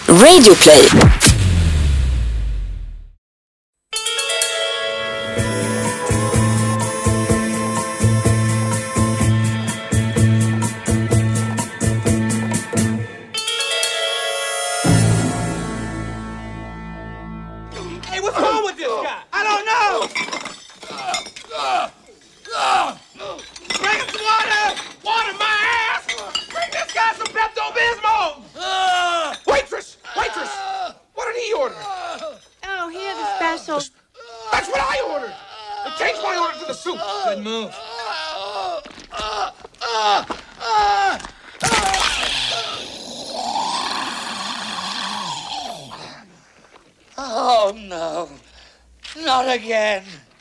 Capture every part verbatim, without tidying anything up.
Radio Play. Hey, what's wrong with this guy? I don't know. Bring him some water. Water my ass. Bring this guy some Pepto-Bismol. Waitress, waitress. What did he order? Oh, he had a special. That's what I ordered. And change my order to the soup. Good move. Oh, no. Not again.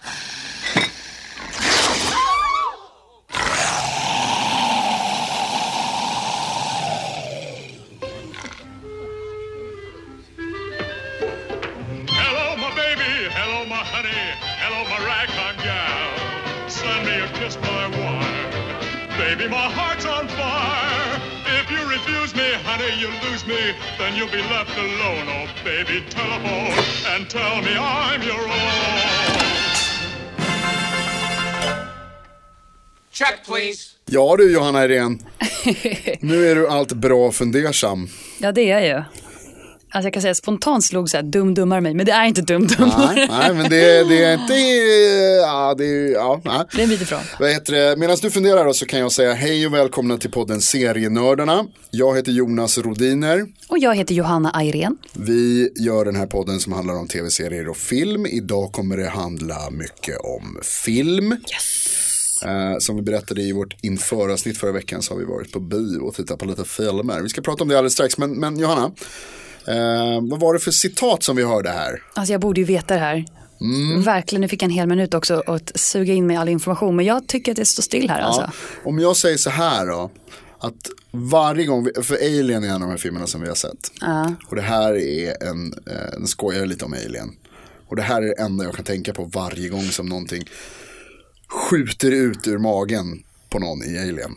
Hello, my baby. Hello, my honey. Hello, my ragtime gal. Send me a kiss, my wife. Baby, my heart's on fire. If you refuse me, honey, you lose me. Then you'll be left alone. Oh, baby, telephone and tell me I'm your own. Check, please. Ja du Johanna Irene, nu är du allt bra fundersam. Ja, det är jag ju. Alltså jag kan säga spontant slog så här dum dummar mig, men det är inte dum dummar. Nej, nej men det, det är inte ja, det är ja, nej. Det är en bit ifrån. Vad heter det? Medan du funderar då så kan jag säga hej och välkomna till podden Serienördarna. Jag heter Jonas Rodiner. Och jag heter Johanna Irene. Vi gör den här podden som handlar om tv-serier och film. Idag kommer det handla mycket om film. Yes. Uh, som vi berättade i vårt införavsnitt förra veckan så har vi varit på bio och tittat på lite filmer. Vi ska prata om det alldeles strax, men, men Johanna, uh, vad var det för citat som vi hörde här? Alltså jag borde ju veta det här. Mm. Verkligen, nu fick jag en hel minut också att suga in med all information. Men jag tycker att det står still här, ja, alltså. Om jag säger så här då, att varje gång, vi, för Alien är en av de här filmerna som vi har sett. Uh. Och det här är en, uh, den skojar lite om Alien. Och det här är det enda jag kan tänka på varje gång som någonting skjuter ut ur magen på någon i Alien.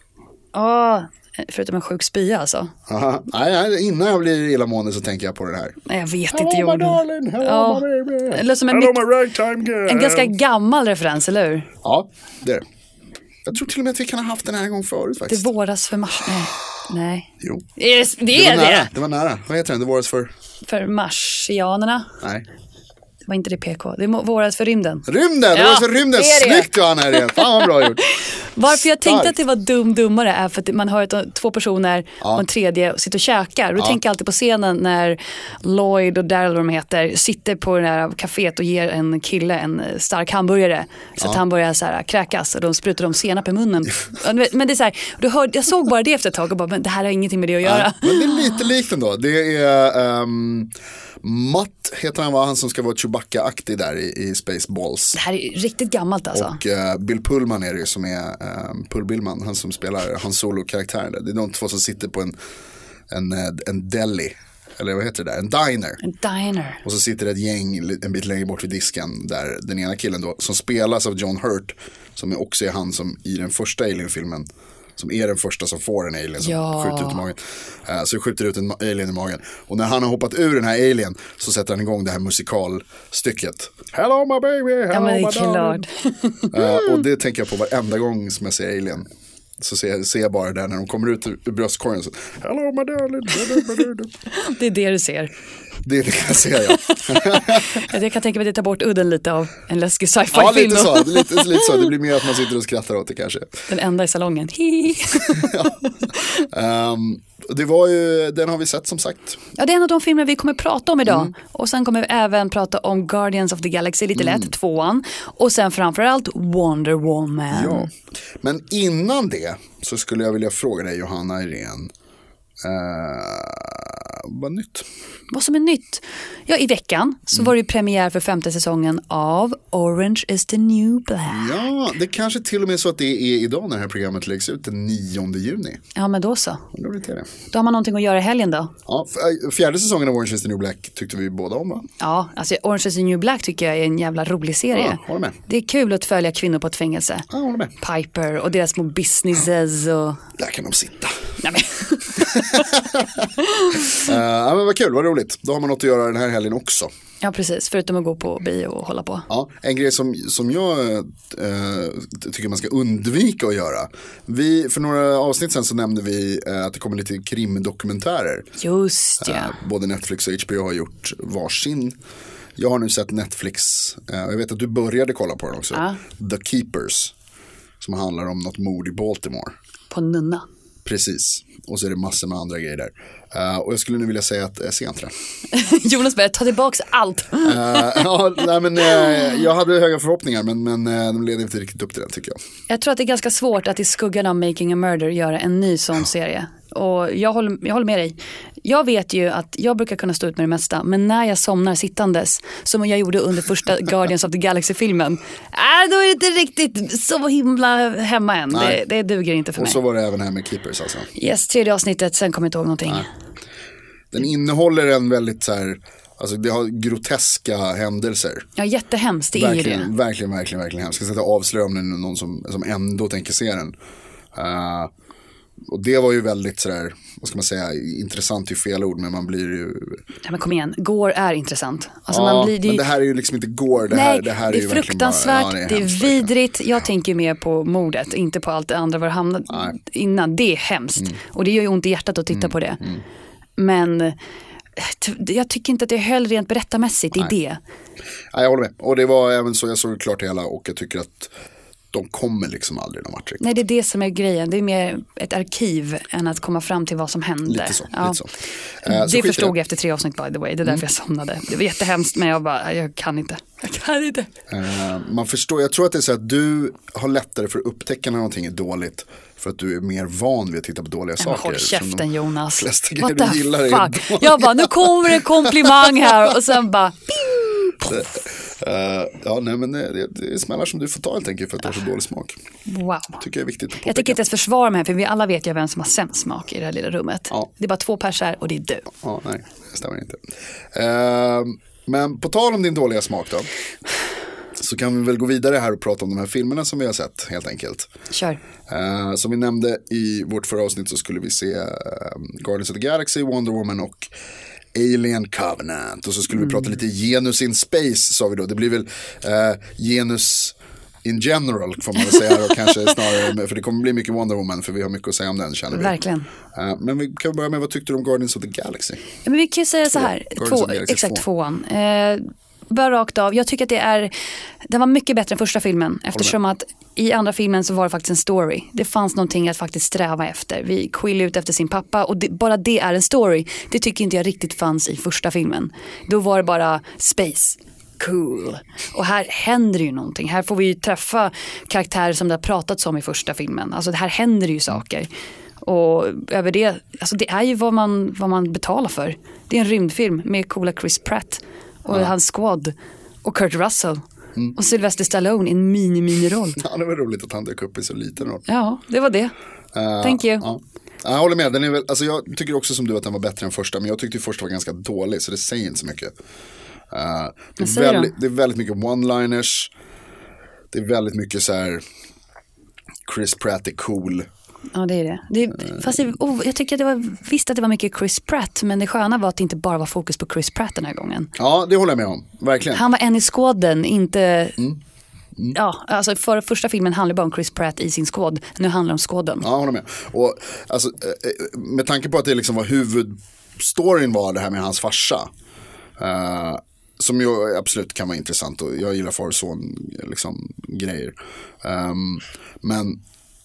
Åh, oh, förutom en sjuk spya alltså. Aha. Nej, nej, innan jag blir illamående så tänker jag på det här. Nej, jag vet hello inte. My darling, hello oh. my baby. Eller som en, hello my ragtime girl. En ganska gammal referens, eller hur? Ja, det är det. Jag tror till och med att vi kan ha haft den här en gång förut faktiskt. Det våras för mars. Nej. Nej. Jo. Yes, det, det är var nära. det. Det var nära. Vad heter den? Det våras för? För marsianerna. Nej. Var inte det P K? Det är våras för rymden. Rymden, det ja, var för rymden. Det det. Snyggt Johanna här. Fan vad bra gjort. Varför jag tänkte att det var dum dummare är för att man hör att två personer ja. och en tredje sitter och käkar. Och då ja. tänker jag alltid på scenen när Lloyd och Daryl, vad de heter, sitter på det här kaféet och ger en kille en stark hamburgare. Så ja. att han börjar så här kräkas och de sprutar dem senap i munnen. Men det är så här, du hör, jag såg bara det efter ett tag och bara, men det här har ingenting med det att göra. Ja, men det är lite likt ändå. Det är... Um... Matt heter han, var han som ska vara Chewbacca-aktig där i, i Spaceballs. Det här är riktigt gammalt alltså. Och uh, Bill Pullman är det ju som är uh, Pull Billman, han som spelar Han Solo-karaktären. Det är de två som sitter på en, en, en deli, eller vad heter det där? En diner. En diner. Och så sitter det ett gäng en bit längre bort vid disken där den ena killen då, som spelas av John Hurt, som också är han som i den första Alien-filmen, som är den första som får en alien som ja. skjuter ut i magen. Uh, så skjuter ut en alien i magen. Och när han har hoppat ur den här alien så sätter han igång det här musikalstycket. Hello my baby, hello ja, men my darling. uh, Och det tänker jag på varenda gång som jag ser alien. Så ser jag, ser jag bara där när de kommer ut ur, ur bröstkorgen så, hello my darling. Det är det du ser. Det är det kan jag säga, ja. Jag kan tänka mig att det tar bort udden lite av en läskig sci-fi-film. Ja, lite så, lite, lite så. Det blir mer att man sitter och skrattar åt det kanske. Den enda i salongen. ja. um, det var ju, den har vi sett som sagt. Ja, det är en av de filmer vi kommer prata om idag. Mm. Och sen kommer vi även prata om Guardians of the Galaxy, lite lätt, mm. tvåan. Och sen framförallt Wonder Woman. Ja. Men innan det så skulle jag vilja fråga dig, Johanna Irene. Uh, vad nytt? Vad som är nytt? Ja, i veckan så mm. var det premiär för femte säsongen av Orange is the new black. Ja, det kanske till och med så att det är idag när det här programmet läggs ut den nionde juni. Ja, men då så. Då, det det. Då har man någonting att göra i helgen då. Ja, fjärde säsongen av Orange is the new black tyckte vi båda om, va? Ja, alltså Orange is the new black tycker jag är en jävla rolig serie. Ja, håller med. Det är kul att följa kvinnor på ett fängelse. Ja, håller med. Piper och deras små businesses och... Där kan de sitta. Nej, men... uh, ja, men vad kul, vad roligt. Då har man något att göra den här helgen också. Ja, precis. Förutom att gå på bio och hålla på. Ja, en grej som, som jag äh, tycker man ska undvika att göra. Vi, för några avsnitt sen så nämnde vi äh, att det kommer lite krimdokumentärer. Just ja. Äh, både Netflix och H B O har gjort varsin. Jag har nu sett Netflix, äh, jag vet att du började kolla på den också. Ja. The Keepers. Som handlar om något mord i Baltimore. På Nunna. Precis, och så är det massor med andra grejer där. Uh, och jag skulle nu vilja säga att jag ser inte det. Jonas börjar ta tillbaka allt. uh, ja, nej, men, uh, jag hade höga förhoppningar, men, men uh, de leder inte riktigt upp till det, tycker jag. Jag tror att det är ganska svårt att i skuggan av Making a Murder göra en ny sån serie. Och jag håller, jag håller med dig. Jag vet ju att jag brukar kunna stå ut med det mesta. Men när jag somnar sittandes, som jag gjorde under första Guardians of the Galaxy-filmen, äh, då är det inte riktigt så himla hemma än. Det, det duger inte för och mig. Och så var det även här med Keepers alltså. Yes, tredje avsnittet, sen kommer jag inte ihåg någonting. Nej. Den innehåller en väldigt så här, alltså det har groteska händelser. Ja, jättehemskt, det är verkligen, ju det. Verkligen, verkligen, verkligen hemskt. Jag ska sätta avslöja om det är någon som, som ändå tänker se den. Uh, och det var ju väldigt sådär, vad ska man säga, intressant är fel ord, men man blir ju... Ja, men kom igen, gore är intressant. Alltså, ja, man blir, det... men det här är ju liksom inte gore. Det Nej, här, det här det är, är ju fruktansvärt, bara, ja, det är, det är vidrigt. Jag ja. tänker mer på mordet, inte på allt det andra var det hamnade innan. Det är hemskt. Mm. Och det gör ju ont i hjärtat att titta mm. på det. Mm. Men... jag tycker inte att det är höll rent berättarmässigt. Det är det. Nej, jag håller med. Och det var även så, jag såg klart det hela, och jag tycker att de kommer liksom aldrig någon vart riktigt. Nej, det är det som är grejen. Det är mer ett arkiv än att komma fram till vad som hände. Lite så, ja. lite så. Uh, det förstod jag efter tre avsnitt, by the way. Det är därför mm. jag somnade. Det var jättehemskt, men jag bara, jag kan inte. Jag kan inte. Uh, man förstår, jag tror att det är så att du har lättare för att upptäcka när någonting är dåligt. För att du är mer van vid att titta på dåliga ja, saker. Håll käften, Jonas. What the gillar fuck? Jag bara, nu kommer en komplimang här. Och sen bara... Uh, ja, nej, men det, det är smällar som du får ta helt enkelt för att du har så dålig smak. Wow. Tycker jag är viktigt att påpeka. Jag tycker inte ens försvara mig, för vi alla vet ju vem som har sämst smak i det här lilla rummet. Ja. Det är bara två persar och det är du. Ja, nej, det stämmer inte. Uh, men på tal om din dåliga smak då, så kan vi väl gå vidare här och prata om de här filmerna som vi har sett, helt enkelt. Kör. Uh, som vi nämnde i vårt förra avsnitt så skulle vi se uh, Guardians of the Galaxy, Wonder Woman och Alien Covenant. Och så skulle mm. vi prata lite genus in space, sa vi då. Det blir väl uh, genus in general, får man väl säga. Och kanske snarare, för det kommer bli mycket Wonder Woman, för vi har mycket att säga om den, känner vi. Verkligen. Uh, men vi kan börja med, vad tyckte du om Guardians of the Galaxy? Ja, men vi kan ju säga så här. Två, exakt, tvåan. Eh, bara rakt av. Jag tycker att det är, den var mycket bättre än första filmen. Eftersom att i andra filmen så var det faktiskt en story. Det fanns någonting att faktiskt sträva efter. Vi Quill ut efter sin pappa, och det, bara det är en story. Det tycker inte jag riktigt fanns i första filmen. Då var det bara space. Cool. Och här händer ju någonting. Här får vi ju träffa karaktärer som det har pratats om i första filmen. Alltså det här händer ju saker. Och över det, alltså det är ju vad man, vad man betalar för. Det är en rymdfilm med coola Chris Pratt och ja. hans squad och Kurt Russell. Mm. Och Sylvester Stallone i en mini-mini-roll. Ja, det var roligt att han dök upp i så liten roll. Ja, det var det. Uh, Thank you. Ja. Jag håller med. Den är väl, alltså jag tycker också som du att den var bättre än första. Men jag tyckte första var ganska dålig, så det säger inte så mycket. Uh, det, är väldigt, det är väldigt mycket one-liners. Det är väldigt mycket så här Chris Pratt är cool. Ja, det är det. det är, fast det, oh, jag tycker att det var, visst att det var mycket Chris Pratt, men det sköna var att det inte bara var fokus på Chris Pratt den här gången. Ja, det håller jag med om. Verkligen. Han var en i skåden, inte... Mm. Mm. Ja, alltså för första filmen handlar bara om Chris Pratt i sin skåd. Nu handlar det om skåden. Ja, jag håller med. Och alltså, med tanke på att det liksom var huvudstoryn var det här med hans farsa. Uh, som ju absolut kan vara intressant, och jag gillar far och son liksom grejer. Um, men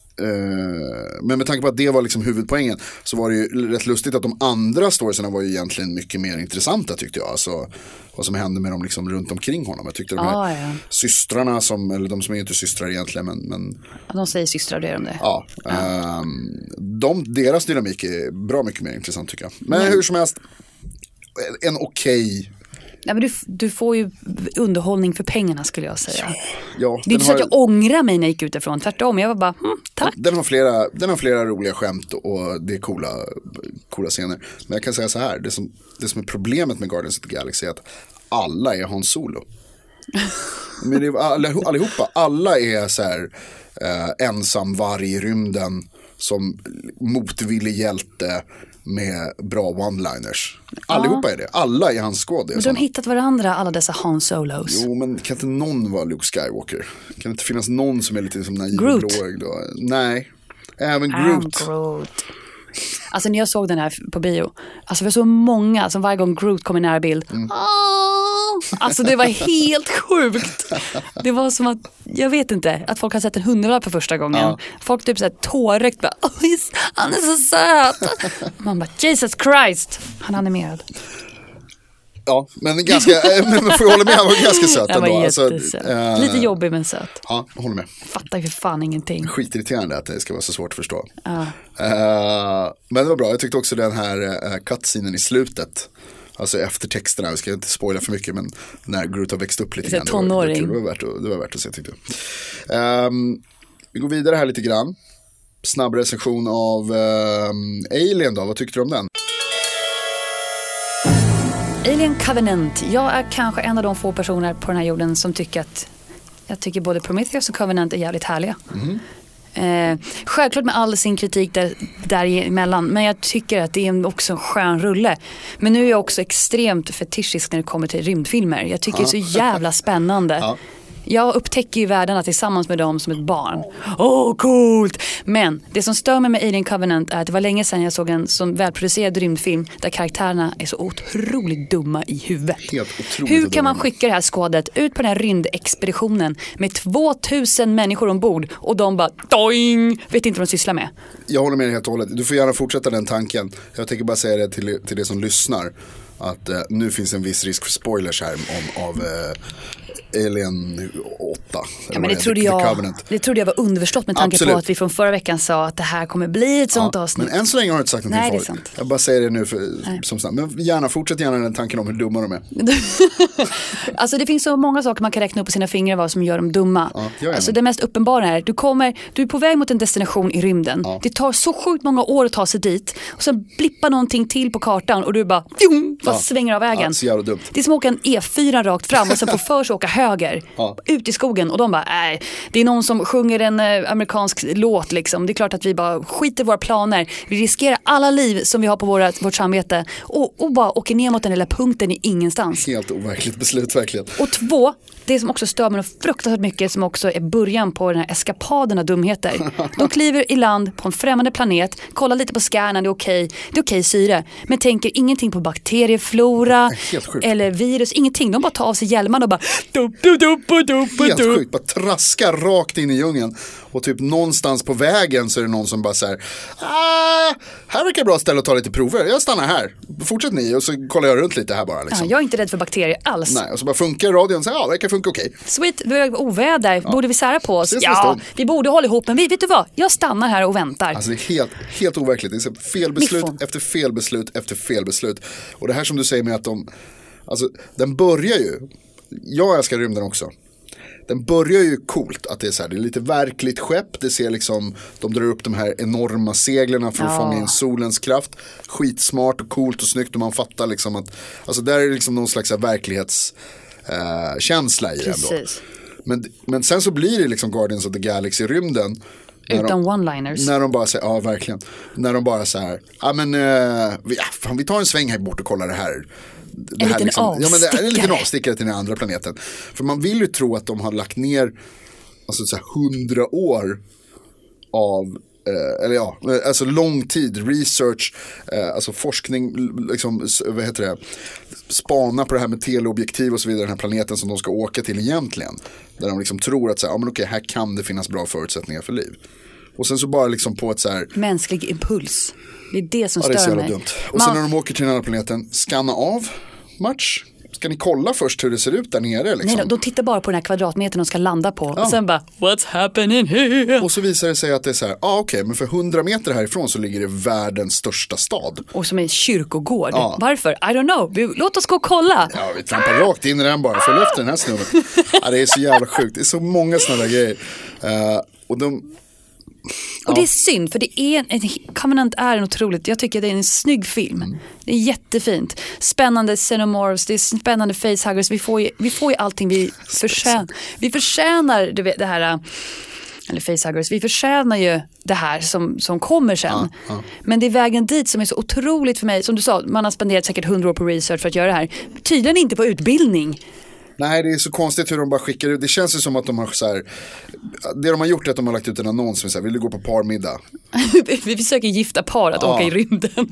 uh, men med tanke på att det var liksom huvudpoängen, så var det ju rätt lustigt att de andra storiesarna var ju egentligen mycket mer intressanta, tyckte jag. Alltså vad som hände med dem liksom runt omkring honom. Jag tyckte de här ah, ja. systrarna som, eller de som är inte systrar egentligen, men, men ja, de säger systrar, det är de det. Ja, ja. Um, de, deras dynamik är bra mycket mer intressant, tycker jag. Men mm. hur som helst, en okej okay Nej, men du, du får ju underhållning för pengarna skulle jag säga. Ja, ja, det är inte så har, att jag ångrar mig när jag gick utifrån. Tvärtom, jag var bara, hm, tack. Den har, flera, den har flera roliga skämt och det är coola, coola scener. Men jag kan säga så här, det som, det som är problemet med Guardians of the Galaxy är att alla är Han Solo. Men det är allihopa, alla är så här eh, ensam varg i rymden som motvillig hjälte med bra one-liners. Allihopa är det. Alla i hans skåd. Men de har hittat varandra, alla dessa Han Solos. Jo, men kan inte någon vara Luke Skywalker? Kan det inte finnas någon som är lite som naiv Groot. och blåögd? Nej, även Groot. I'm Groot. Alltså när jag såg den här på bio, alltså det var så många som varje gång Groot kom i närbild. Mm. Alltså det var helt sjukt. Det var som att, jag vet inte, att folk har sett en hundralapp för första gången. Ja. Folk typ såhär tårögt bara, han är så söt. Man bara, Jesus Christ. Han är animerad. Ja, men ganska, men får jag hålla med, han var ganska söt ändå. Han var alltså, äh, lite jobbig men söt. Ja, jag håller med. Fattar ju för fan ingenting. Skitirriterande att det ska vara så svårt att förstå. Ja. Uh, men det var bra, jag tyckte också den här uh, cutscenen i slutet. Alltså efter texterna, jag ska inte spoila för mycket, men när Groot har växt upp lite grann. Tonåring. Det var, det, var värt att, det var värt att se, tyckte jag. Um, vi går vidare här lite grann. Snabb recension av um, Alien då, vad tyckte du om den? Alien Covenant. Jag är kanske en av de få personer på den här jorden som tycker att jag tycker både Prometheus och Covenant är jävligt härliga. Mm. Eh, självklart med all sin kritik där, däremellan, men jag tycker att det är också en skön rulle. Men nu är jag också extremt fetischisk när det kommer till rymdfilmer. Jag tycker ja. det är så jävla spännande. Ja. Jag upptäcker ju världarna tillsammans med dem som ett barn. Åh, oh, coolt! Men det som stör mig med Alien Covenant är att det var länge sedan jag såg en sån välproducerad rymdfilm där karaktärerna är så otroligt dumma i huvudet. Helt otroligt. Hur kan man skicka det här skådet ut på den här rymdexpeditionen med tvåtusen människor ombord och de bara doing, vet inte vad de sysslar med? Jag håller med dig helt och hållet. Du får gärna fortsätta den tanken. Jag tänker bara säga det till, till det som lyssnar. Att eh, nu finns en viss risk för spoilers här om, av eh, Alien åtta. Ja, men det trodde, jag, det trodde jag var underförstått med tanke Absolut. på att vi från förra veckan sa att det här kommer bli ett sånt ja, avsnitt. Men än så länge har jag inte sagt någonting Nej, farligt. Jag bara säger det nu för, som snabbt. Men gärna, fortsätt gärna den tanken om hur dumma de är. Alltså det finns så många saker man kan räkna upp på sina fingrar vad som gör dem dumma. Ja, alltså det mest uppenbara är du kommer, du är på väg mot en destination i rymden. Ja. Det tar så sjukt många år att ta sig dit. Och sen blippar någonting till på kartan och du bara fjum, bara ja. svänger av vägen. Ja, det, det är som att åka en E fyra rakt fram och sen får för sig åka höger. Ja. Ut i skogen och de bara, nej, det är någon som sjunger en eh, amerikansk låt liksom. Det är klart att vi bara skiter i våra planer. Vi riskerar alla liv som vi har på våra, vårt samvete och, och bara åker ner mot den lilla punkten i ingenstans. Helt overkligt beslut, verkligen. Och två, det som också stör mig fruktansvärt mycket som också är början på den här eskapaden av dumheter. De kliver i land på en främmande planet, kollar lite på scannan, det är okej, det är okej syre, men tänker ingenting på bakterieflora eller virus, ingenting. De bara tar av sig hjälmarna och bara dup, dup, dup, dup, dup. Helt sjukt, bara traskar rakt in i djungeln. Och typ någonstans på vägen så är det någon som bara så här, ah, här verkar bra ställe att ta lite prover. Jag stannar här, fortsätt ni och så kollar jag runt lite här bara liksom. Ja, jag är inte rädd för bakterier alls. Nej, och så bara funkar radion så här, ja, det verkar funka okej. Okay. Sweet, vi har oväder, ja. Borde vi sära på oss? Ja, vi borde hålla ihop, men vi, vet du vad? Jag stannar här och väntar. Alltså det är helt, helt overkligt, det är fel beslut Miffon. efter fel beslut efter fel beslut. Och det här som du säger med att de, alltså den börjar ju, jag älskar rymden också. Den börjar ju coolt, att det är så här, det är lite verkligt skepp, det ser liksom, de drar upp de här enorma seglerna för att ja. fånga in solens kraft, skitsmart och coolt och snyggt och man fattar liksom att, alltså där är liksom någon slags verklighetskänsla uh, i det ändå. Men, men sen så blir det liksom Guardians of the Galaxy i rymden. Utan one-liners. När de bara säger, ja verkligen, när de bara så här, ja men uh, vi, ja, fan, vi tar en sväng här bort och kollar det här. Det en här liten liksom, avstickare. Ja, men det är en liten avstickare till den andra planeten. För man vill ju tro att de har lagt ner alltså så här hundra år av eh, eller ja, alltså lång tid research, eh, alltså forskning liksom, vad heter det, spana på det här med teleobjektiv och så vidare, den här planeten som de ska åka till egentligen, där de liksom tror att så här, ja men okej, här kan det finnas bra förutsättningar för liv. Och sen så bara liksom på ett så här mänsklig impuls. Det är det som ja, stör det är så mig. Dumt. Och sen Man... när de åker till den här planeten, skanna av match. ska ni kolla först hur det ser ut där nere liksom? Nej, de tittar bara på den här kvadratmetern de ska landa på. Ja. Och sen bara, what's happening here? Och så visar det sig att det är så här, ja ah, okej, okay, men för hundra meter härifrån så ligger det världens största stad. Och som är kyrkogård. Ja. Varför? I don't know. Vi, låt oss gå och kolla. Ja, vi trampar rakt in i den bara. Följ efter den här snubben. Ja, det är så jävla sjukt. Det är så många sådana grejer. Uh, och de... Och det är synd, för det är en, Covenant är en otroligt, jag tycker det är en snygg film. Mm. Det är jättefint. Spännande xenomorphs, det är spännande facehuggers. Vi får ju, vi får ju allting vi förtjänar. Vi förtjänar du vet, det här, eller facehuggers, vi förtjänar ju det här som, som kommer sen. Ja, ja. Men det är vägen dit som är så otroligt för mig. Som du sa, man har spenderat säkert hundra år på research för att göra det här. Tydligen inte på utbildning. Nej, det är så konstigt hur de bara skickar ut. Det känns ju som att de har så här, det de har gjort är att de har lagt ut en annons som säger, vill du gå på parmiddag? Vi försöker gifta par att ja. åka i rymden.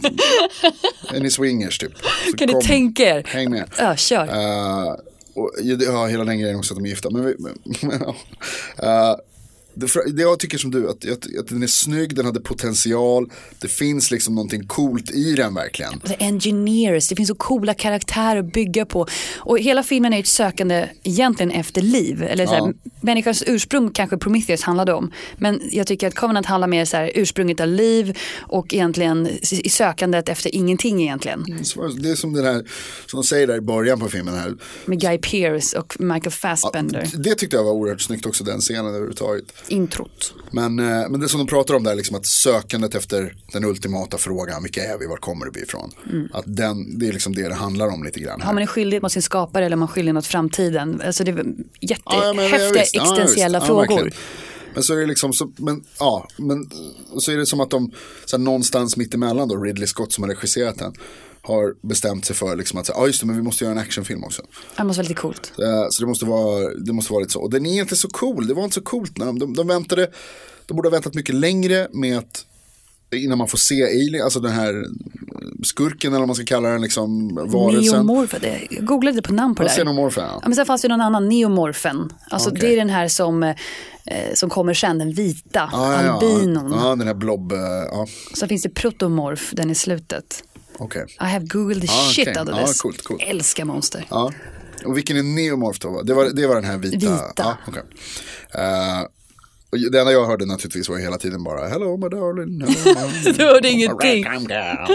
Är ni swingers typ? Så kan kom, du tänka er? Häng med. Ja, kör. Uh, och, ja, hela den grejen också att de är gifta. Men, men uh, Det, det jag tycker som du, att, att, att den är snygg, den hade potential, det finns liksom någonting coolt i den verkligen. The engineers, det finns så coola karaktärer att bygga på. Och hela filmen är ett sökande egentligen efter liv. Eller så här, ja. Människans ursprung kanske Prometheus handlade om. Men jag tycker att Covenant handlar mer så här, ursprunget av liv och egentligen i sökandet efter ingenting egentligen. Det är som den här, som de säger där i början på filmen här. Med Guy Pearce och Michael Fassbender. Ja, det tyckte jag var oerhört snyggt också, den scenen överhuvudtaget. Introt. Men, men det som de pratar om där, liksom att sökandet efter den ultimata frågan, vilka är vi, var kommer det ifrån? Mm. Att den, det är liksom det det handlar om lite grann här. Har man en skyldighet mot sin skapare eller man skyldig mot framtiden? Alltså det är jättehäftiga ja, existentiella ja, frågor. Ja, men så är det liksom så, men, ja, men så är det som att de så här, någonstans mitt emellan då, Ridley Scott som har regisserat den har bestämt sig för liksom att säga, ja just det, men vi måste göra en actionfilm också. Det måste vara lite coolt. Så det måste vara, det måste vara lite så. Och den är inte så cool, det var inte så coolt när de, de, de väntade, de borde ha väntat mycket längre med att innan man får se Alien, alltså den här skurken eller vad man ska kalla den liksom, varelsen. Neomorfen, jag googlade på namn på det där. Neomorfen, ja. Ja, men sen fanns det någon annan, Neomorfen. Alltså okay. Det är den här som, eh, som kommer sen, den vita, ah, ja, albinon. Ja, den här blob, ja. Så finns det protomorf, den i slutet. Okay. I have googled the ah, shit okay. out of this. Ah, coolt, coolt. Älskar monster. Ja. Och vilken är Neomorf då? Det var, det var den här vita. Vita. Ah, okay. uh, och det enda jag hörde naturligtvis var hela tiden bara hello my darling. Hello, my... Du hörde ingenting. uh,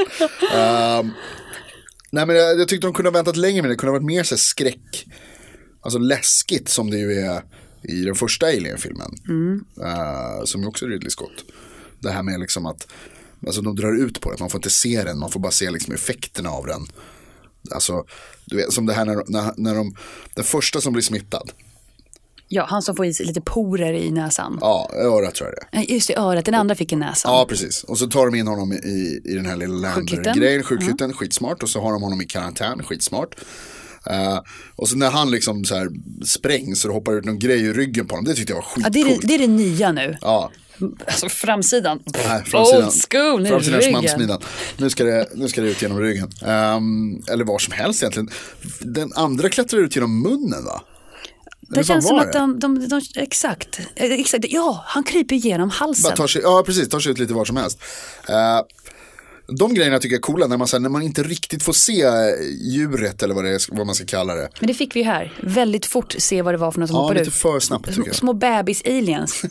nej men jag, jag tyckte de kunde ha väntat längre med det. Det kunde ha varit mer så skräck. Alltså läskigt som det ju är i den första Alien-filmen. Mm. Uh, som ju också är Ridley Scott. Det här med liksom att alltså de drar ut på det, man får inte se den, man får bara se liksom effekterna av den. Alltså, du vet, som det här när, när, när de, den första som blir smittad. Ja, han som får i sig lite porer i näsan. Ja, örat tror jag det. Just det, örat, den andra fick i näsan. Ja, precis. Och så tar de in honom i, i den här lilla Lander-grejen, sjukhushytten, mm. skitsmart. Och så har de honom i karantän, skitsmart. Uh, och så när han liksom så här sprängs så det hoppar ut någon grej i ryggen på honom, det tyckte jag var skitcoolt. Ja, det är det, det är det nya nu. Ja. Alltså framsidan. Nej, framsidan. Old school, framsidan nu ska det nu ska det ut genom ryggen. Um, eller var som helst egentligen. Den andra klättrar ut genom munnen va? Det känns som att de, de, de, de exakt, exakt. Ja, han kryper igenom halsen. Tar sig, ja, precis. Tar sig ut lite var som helst. Uh, De grejerna tycker jag är coola när man, när man inte riktigt får se djuret eller vad, det är, vad man ska kalla det. Men det fick vi här. Väldigt fort se vad det var för något som ja, hoppade ut. Ja, lite för snabbt tycker jag. Små bebis-aliens.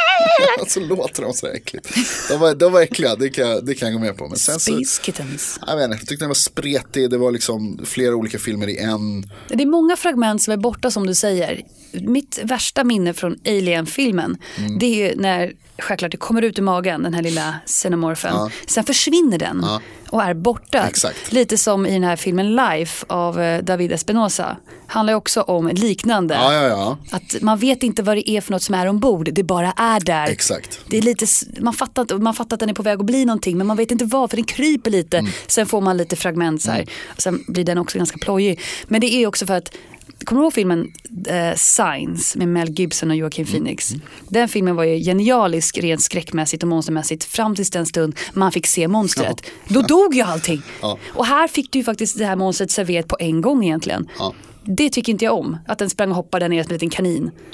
Så låter de så äckligt. De var, de var äckliga, det kan, det kan jag gå med på. Men sen Space så, kittens. Jag vet inte, jag tyckte den var spretig. Det var liksom flera olika filmer i en. Det är många fragment som är borta som du säger. Mitt värsta minne från Alien-filmen mm. det är ju när självklart det kommer ut ur magen den här lilla xenomorfen. Ja. Sen försvinner den ja. och är borta. Exakt. Lite som i den här filmen Life av David Espinosa. Handlar också om liknande. Ja, ja, ja. Att man vet inte vad det är för något som är ombord. Det bara är där. Exakt. Det är lite, man, fattar, man fattar att den är på väg att bli någonting. Men man vet inte vad, för den kryper lite. Mm. Sen får man lite fragment så här. Mm. Och sen blir den också ganska plojig. Men det är också för att kommer du ihåg filmen uh, Signs med Mel Gibson och Joaquin Phoenix? Mm. Den filmen var ju genialisk rent skräckmässigt och monstermässigt fram tills den stund man fick se monstret. Ja. Då dog ju allting. Ja. Och här fick du ju faktiskt det här monstret serverat på en gång egentligen. Ja. Det tycker inte jag om. Att den sprang och hoppade ner som en liten kanin.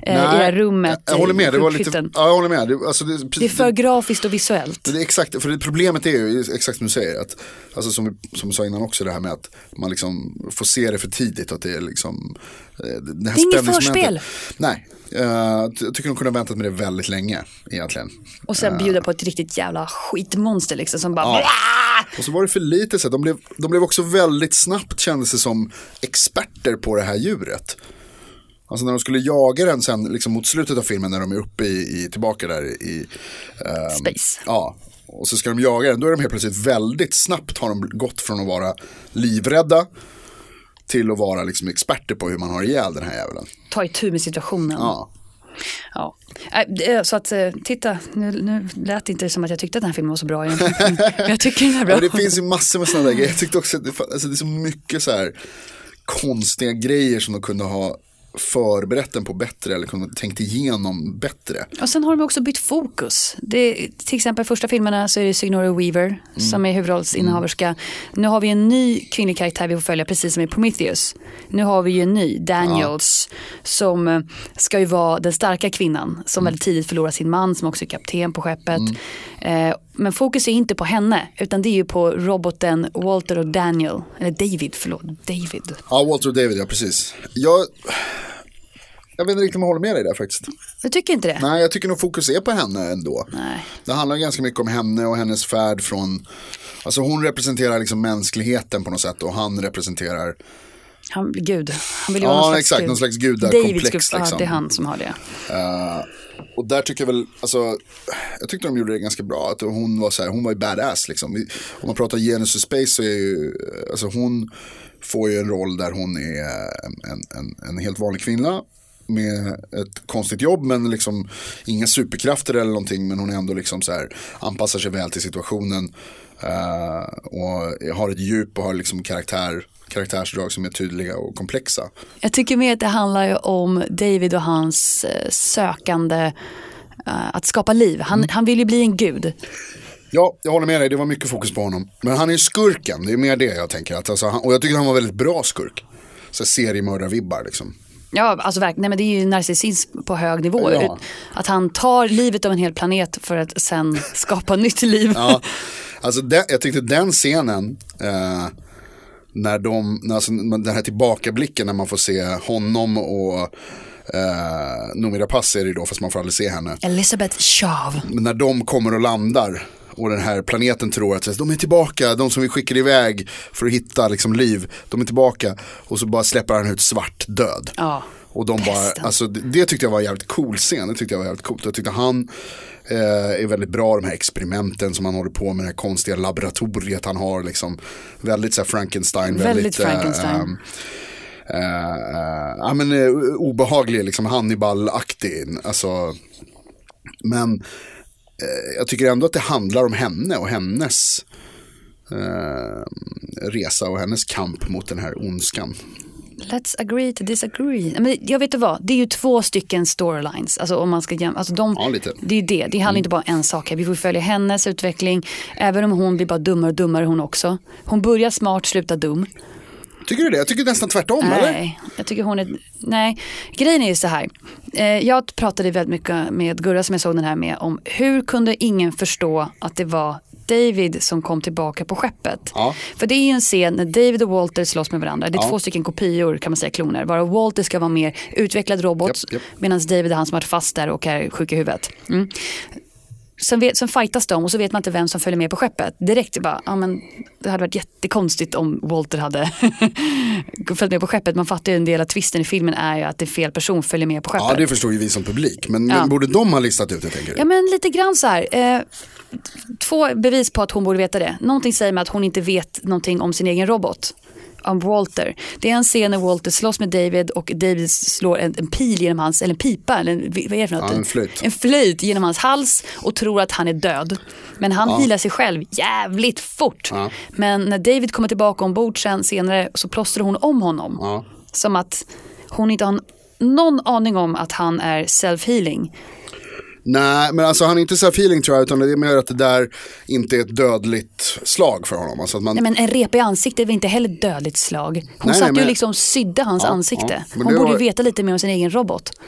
eh, i det här rummet. Jag, jag håller med, det var lite, ja, jag håller med. Det, alltså det, det är för grafiskt och visuellt. Det, det är exakt, för det, problemet är ju exakt som du säger, att, alltså som, som du sa innan också, det här med att man liksom får se det för tidigt, att det är liksom det, här det är inget förspel. Nej, uh, jag tycker de kunde ha väntat med det väldigt länge egentligen. Och sen bjuda på ett riktigt jävla skitmonster liksom, som bara... Ja. Och så var det för lite så de blev, de blev också väldigt snabbt, kändes det som, experter på det här djuret. Alltså när de skulle jaga den sen liksom mot slutet av filmen, när de är uppe i, i tillbaka där i um, space. Ja, och så ska de jaga den, då är de helt plötsligt väldigt snabbt, har de gått från att vara livrädda till att vara liksom experter på hur man har ihjäl den här jävlen. Ta i tur med situationen. Ja. Ja, så att titta, nu, nu lät det inte som att jag tyckte att den här filmen var så bra egentligen. Men jag tycker den är bra. Ja, det finns ju massor med sådana där grejer. Jag tyckte också att det, alltså det är så mycket så här konstiga grejer som de kunde ha förberett den på bättre, eller kunde tänkt igenom bättre. Och sen har de också bytt fokus. Det, till exempel första filmerna så är det Sigourney Weaver mm. som är huvudrollsinnehaverska. Mm. Nu har vi en ny kvinnlig karaktär vi får följa, precis som i Prometheus. Nu har vi ju en ny, Daniels, ja. som ska ju vara den starka kvinnan som mm. väldigt tidigt förlorar sin man, som också är kapten på skeppet. Mm. Eh, men fokus är inte på henne, utan det är ju på roboten Walter och Daniel. Eller David, förlåt, David. Ja, Walter och David, ja precis. Jag... Jag vet inte riktigt om jag håller med dig där faktiskt. Du tycker inte det? Nej, jag tycker nog fokus är på henne ändå. Nej. Det handlar ganska mycket om henne och hennes färd från... Alltså hon representerar liksom mänskligheten på något sätt, och han representerar... Han, Gud. Han vill ju ja, vara någon exakt, gud. någon slags gudakomplex liksom. Ja, det är han som har det. Uh, och där tycker jag väl, alltså, jag tyckte de gjorde det ganska bra. Att hon var så här, hon var ju badass liksom. Om man pratar genus och space så är ju, alltså hon får ju en roll där hon är en, en, en helt vanlig kvinna med ett konstigt jobb, men liksom inga superkrafter eller någonting, men hon är ändå liksom så här, anpassar sig väl till situationen uh, och har ett djup och har liksom karaktär karaktärsdrag som är tydliga och komplexa. Jag tycker mer att det handlar ju om David och hans uh, sökande uh, att skapa liv. Han, mm. han vill ju bli en gud. Ja, jag håller med dig, det var mycket fokus på honom. Men han är ju skurken, det är mer det jag tänker att, alltså, han, och jag tycker han var väldigt bra skurk. Så seriemördarvibbar liksom. Ja, alltså verkligen, nej, men det är ju narcissism på hög nivå. Ja. Att han tar livet av en hel planet för att sen skapa nytt liv. Ja, alltså den, jag tyckte den scenen eh, när de, när, alltså, den här tillbakablicken när man får se honom och eh, Noomi Rapace är det då, fast man får aldrig se henne. Elizabeth Shaw. Men när de kommer och landar och den här planeten tror att de är tillbaka, de som vi skickar iväg för att hitta liksom liv, de är tillbaka, och så bara släpper han ut svart död. Ja. Och de bara, alltså det, det tyckte jag var en jävligt cool scen. Det tyckte jag var jävligt coolt. Jag tyckte han eh, är väldigt bra, de här experimenten som han håller på med, det här konstiga laboratoriet han har liksom, väldigt så här Frankenstein, väldigt, väldigt Frankenstein. Eh, eh, ja men eh, obehaglig liksom, Hannibal-aktig, alltså, men eh, jag tycker ändå att det handlar om henne och hennes eh, resa och hennes kamp mot den här ondskan. Let's agree to disagree. Men jag vet inte vad, det är ju två stycken storylines. Alltså om man ska jäm- alltså de, ja, lite. Det är ju det, det handlar mm. inte bara om en sak här. Vi får följa hennes utveckling, även om hon blir bara dummare och dummare hon också. Hon börjar smart, slutar dum. Tycker du det? Jag tycker nästan tvärtom, nej, eller? Nej, jag tycker hon är... Nej, grejen är ju så här. Eh, jag pratade väldigt mycket med Gurra som jag såg den här med om hur kunde ingen förstå att det var David som kom tillbaka på skeppet. Ja. För det är ju en scen när David och Walter slåss med varandra. Det är ja. två stycken kopior, kan man säga, kloner. Bara Walter ska vara mer utvecklad robot, yep, yep. medan David är han som har varit fast där och är sjuk i huvudet. Mm. Sen, vet, sen fightas de och så vet man inte vem som följer med på skeppet. Direkt bara, ja men det hade varit jättekonstigt om Walter hade följt med på skeppet. Man fattar ju en del av twisten i filmen är ju att det är fel person följer med på skeppet. Ja, det förstår ju vi som publik. Men, ja. men borde de ha listat ut det, tänker du? Ja, men lite grann så här. Eh, två bevis på att hon borde veta det. Någonting säger mig att hon inte vet någonting om sin egen robot. Om Walter. Det är en scen när Walter slåss med David och David slår en, en pil genom hans, eller en pipa, eller en, vad är det för något? Ja, en flöjt. En flöjt genom hans hals och tror att han är död. Men han ja. healar sig själv jävligt fort. Ja. Men när David kommer tillbaka ombord sen senare så plåstrar hon om honom. Ja. Som att hon inte har någon aning om att han är self-healing. Nej, men alltså han är inte self-healing tror jag, utan det är mer att det där inte är ett dödligt slag för honom. Alltså att man... Nej, men en repa i ansiktet är väl inte heller ett dödligt slag. Hon nej, satt nej, men... ju liksom sydde hans ja, ansikte. Ja, hon borde var... ju veta lite mer om sin egen robot.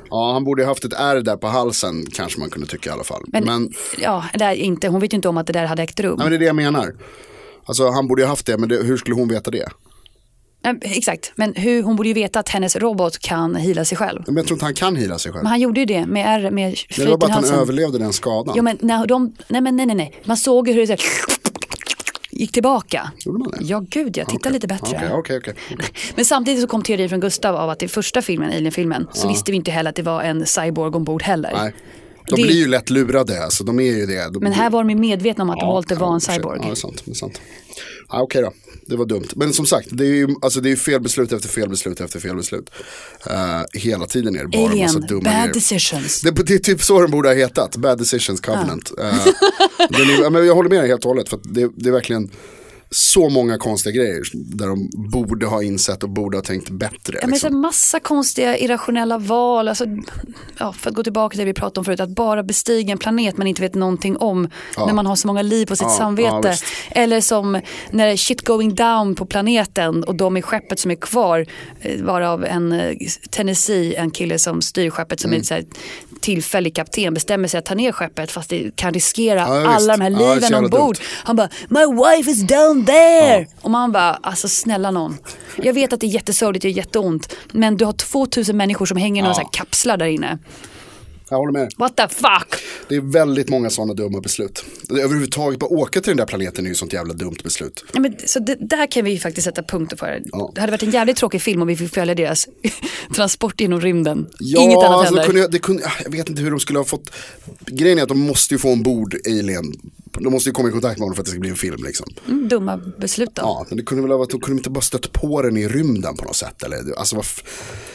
Ja, han borde ha haft ett ärr där på halsen, kanske man kunde tycka i alla fall. Men, men ja, det är inte, hon vet ju inte om att det där hade ägt rum. Nej, men det är det jag menar. Alltså han borde ha haft det, men det, hur skulle hon veta det? Ja, exakt, men hur, hon borde ju veta att hennes robot kan hila sig själv. Men jag tror inte han kan hila sig själv. Men han gjorde ju det med ärr, med flyt i halsen. Det var bara att han överlevde den skadan. Jo, men när de, nej, men nej, nej, nej. Man såg hur det så här, gick tillbaka. Gjorde man det? Ja, gud, jag tittar okay. lite bättre. Okay, okay, okay, okay. Men samtidigt så kom teorin från Gustav av att i första filmen, Alien-filmen, så ja. visste vi inte heller att det var en cyborg ombord heller. Nej. De det... blir ju lätt lurade, alltså de är ju det. De... Men här var de medvetna om att ja, Walter ja, var en cyborg. Ja, det är sant. Det är sant. Ja, okej då, det var dumt. Men som sagt, det är ju alltså, det är fel beslut efter fel beslut efter fel beslut. Uh, hela tiden är det bara Alien, en massa dumma bad grejer. Decisions. Det, det är typ så den borde ha hetat, Bad Decisions Covenant. Ja. Uh, är, men jag håller med dig helt och hållet, för att det, det är verkligen så många konstiga grejer där de borde ha insett och borde ha tänkt bättre. Ja, men liksom. så massa konstiga irrationella val. Alltså, ja, för att gå tillbaka till det vi pratade om förut, att bara bestiga en planet man inte vet någonting om, ja. När man har så många liv på sitt ja, samvete. Ja, eller som när shit going down på planeten och de i skeppet som är kvar, varav en Tennessee, en kille som styr skeppet som mm. är så här, tillfällig kapten, bestämmer sig att ta ner skeppet fast det kan riskera ja, alla de här liven ja, ombord. Dumt. Han bara, my wife is down there! Ja. Och man bara, alltså snälla någon. Jag vet att det är jättesördigt, det är jätteont, men du har tvåtusen människor som hänger i några ja. så här kapslar där inne. Jag håller med. What the fuck? Det är väldigt många sådana dumma beslut. Överhuvudtaget, bara åka till den där planeten är ju sånt jävla dumt beslut. Ja, men, så det, där kan vi faktiskt sätta punkter på det. Ja. Det hade varit en jävligt tråkig film om vi fick följa deras transport genom rymden. Ja, Inget annat alltså, händer. Kunde jag, det kunde, jag vet inte hur de skulle ha fått. Grejen är att de måste ju få ombord Alien. De måste ju komma i kontakt med honom för att det ska bli en film liksom. Mm, dumma beslut då. Ja, men det kunde väl ha varit, de kunde inte bara stött på den i rymden på något sätt. Eller, alltså vad f-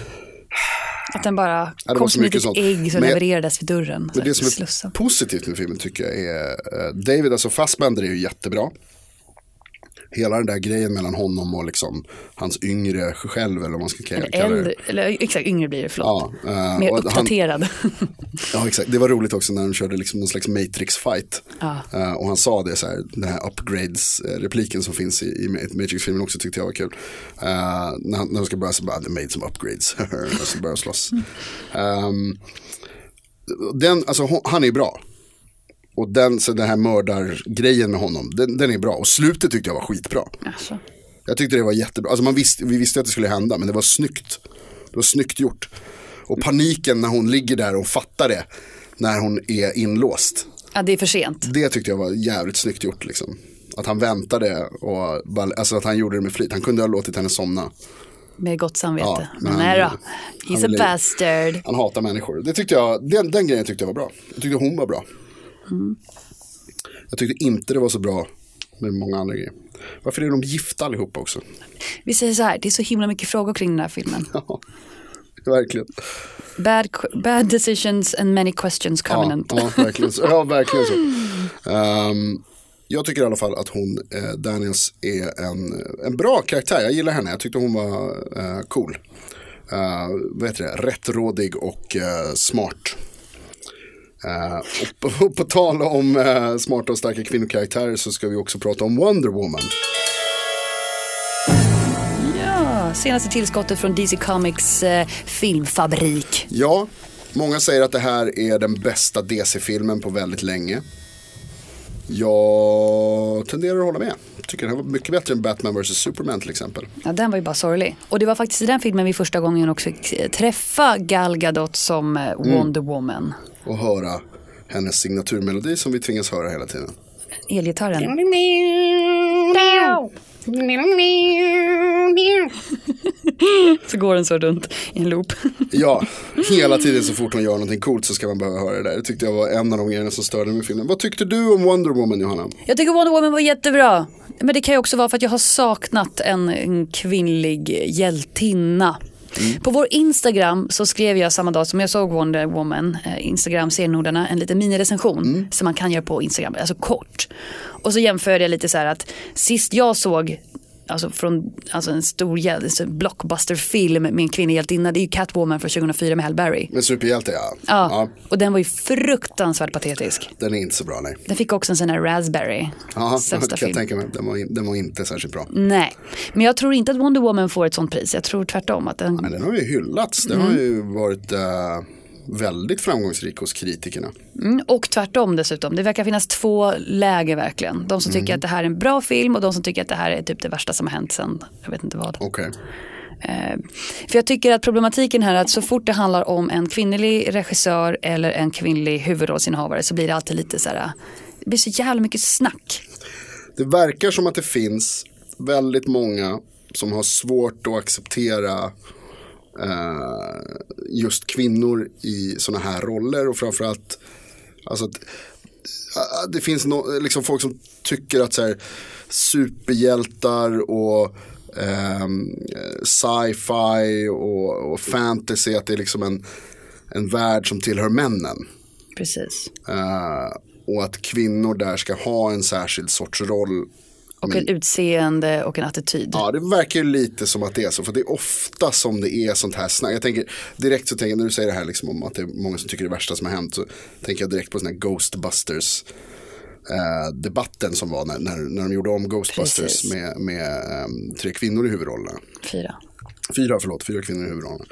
Att den bara ja, kom som ett ägg som levererades vid dörren. Men det som är slussa. Positivt med filmen tycker jag är uh, David, alltså Fassbender är ju jättebra. Hela den där grejen mellan honom och liksom hans yngre själv eller vad man ska kalla det. Äldre, eller exakt, yngre blir det, förlåt. Ja, uh, mer uppdaterad. Han, ja, exakt. Det var roligt också när de körde liksom någon slags Matrix-fight. Ja. Uh, och han sa det så här, den här upgrades-repliken som finns i, i Matrix-filmen också tyckte jag var kul. Uh, när, när de ska börja så bara, they made some upgrades. Och så börjar slåss. Um, den, alltså han är ju bra. Och den, så den här mördargrejen med honom, den, den är bra. Och slutet tyckte jag var skitbra. Alltså. Jag tyckte det var jättebra. Alltså man visste, vi visste att det skulle hända, men det var snyggt. Det var snyggt gjort. Och paniken när hon ligger där och fattar det, när hon är inlåst. Ja, det är för sent. Det tyckte jag var jävligt snyggt gjort liksom. Att han väntade och alltså att han gjorde det med flit. Han kunde ha låtit henne somna. Med gott samvete. Ja, men han, nej då. He's han, a bastard. Han hatar människor. Det tyckte jag, den, den grejen tyckte jag var bra. Jag tyckte hon var bra. Mm. Jag tyckte inte det var så bra med många andra grejer. Varför är de gifta allihopa också? Vi säger så här, det är så himla mycket frågor kring den här filmen. Ja, verkligen. Bad, bad decisions and many questions covenant. Ja, ja, verkligen så. Ja, verkligen så. Um, jag tycker i alla fall att hon, eh, Daniels, är en, en bra karaktär. Jag gillar henne, jag tyckte hon var eh, cool. Uh, vad heter det? Rättrådig och uh, smart. Uh, och, på, och på tal om uh, smarta och starka kvinnokaraktärer så ska vi också prata om Wonder Woman. Ja, senaste tillskottet från D C Comics uh, filmfabrik. Ja, många säger att det här är den bästa D C-filmen på väldigt länge. Jag tenderar att hålla med. Jag tycker den var mycket bättre än Batman versus Superman till exempel. Ja, den var ju bara sorglig. Och det var faktiskt i den filmen vi första gången också fick träffa Gal Gadot som Wonder mm. Woman. Och höra hennes signaturmelodi som vi tvingas höra hela tiden. Elgitarren. Så går den så runt i en loop. Ja, hela tiden så fort hon gör någonting coolt så ska man behöva höra det där. Det tyckte jag var en av de grejerna som störde med filmen. Vad tyckte du om Wonder Woman, Johanna? Jag tycker Wonder Woman var jättebra. Men det kan ju också vara för att jag har saknat en, en kvinnlig hjältinna. Mm. På vår Instagram så skrev jag samma dag som jag såg Wonder Woman, eh, Instagram-serienordarna, en liten mini-recension mm. som man kan göra på Instagram, alltså kort. Och så jämförde jag lite så här att sist jag såg alltså från alltså en stor alltså blockbuster-film med en kvinnhjältinna, det är ju Catwoman från tjugohundrafyra med Halle Berry. Med superhjälte, ja. ja. Ja, och den var ju fruktansvärt patetisk. Den är inte så bra, nej. Den fick också en sån här Raspberry. Ja, kan jag tänka mig. Den var, in, den var inte särskilt bra. Nej, men jag tror inte att Wonder Woman får ett sånt pris. Jag tror tvärtom att den... Ja, men den har ju hyllats. Den mm. har ju varit... Uh... väldigt framgångsrik hos kritikerna. Mm, och tvärtom dessutom. Det verkar finnas två läger verkligen. De som tycker mm. att det här är en bra film och de som tycker att det här är typ det värsta som har hänt sen, jag vet inte vad. Okej. Okay. Eh, för jag tycker att problematiken här är att så fort det handlar om en kvinnlig regissör eller en kvinnlig huvudrollsinnehavare så blir det alltid lite så här, det blir så jävla mycket snack. Det verkar som att det finns väldigt många som har svårt att acceptera Uh, just kvinnor i såna här roller och framförallt alltså att, uh, det finns no, liksom folk som tycker att så här, superhjältar och um, sci-fi och, och fantasy att det är liksom en, en värld som tillhör männen. Precis. Uh, och att kvinnor där ska ha en särskild sorts roll. Och ett utseende och en attityd. Ja, det verkar ju lite som att det är så. För det är ofta som det är sånt här snack. Jag tänker, direkt så tänker jag, när du säger det här liksom om att det är många som tycker det är värsta som har hänt, så tänker jag direkt på sån här Ghostbusters eh, debatten som var när, när, när de gjorde om Ghostbusters. Precis. med, med um, tre kvinnor i huvudrollerna. Fyra. Fyra, förlåt, fyra kvinnor i huvudrollerna.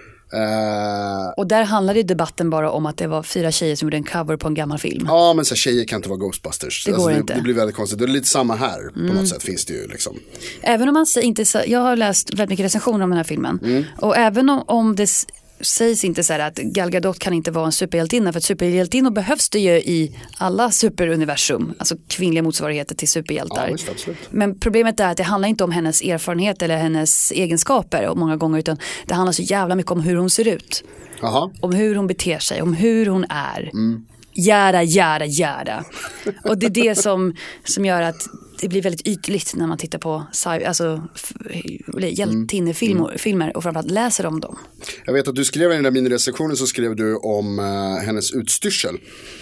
Uh, och där handlade debatten bara om att det var fyra tjejer som gjorde en cover på en gammal film. Ja, men så här, tjejer kan inte vara Ghostbusters. Det går alltså, inte. Det, det blir väldigt konstigt. Det är lite samma här mm. på något sätt finns det ju liksom. Även om man säger inte så, jag har läst väldigt mycket recensioner om den här filmen. Mm. Och även om, om det sägs inte så här att Gal Gadot kan inte vara en superhjältinna, för att superhjältinnor behövs det ju i alla superuniversum, alltså kvinnliga motsvarigheter till superhjältar. Ja, visst, absolut. Men problemet är att det handlar inte om hennes erfarenhet eller hennes egenskaper och många gånger, utan det handlar så jävla mycket om hur hon ser ut. Aha. Om hur hon beter sig, om hur hon är. Mm. Jära, jära, jära. Och det är det som, som gör att det blir väldigt ytligt när man tittar på alltså, hjältinnefilmer mm. filmer och framförallt läser om dem. Jag vet att du skrev i den där minirecensionen, så skrev du om uh, hennes utstyrsel.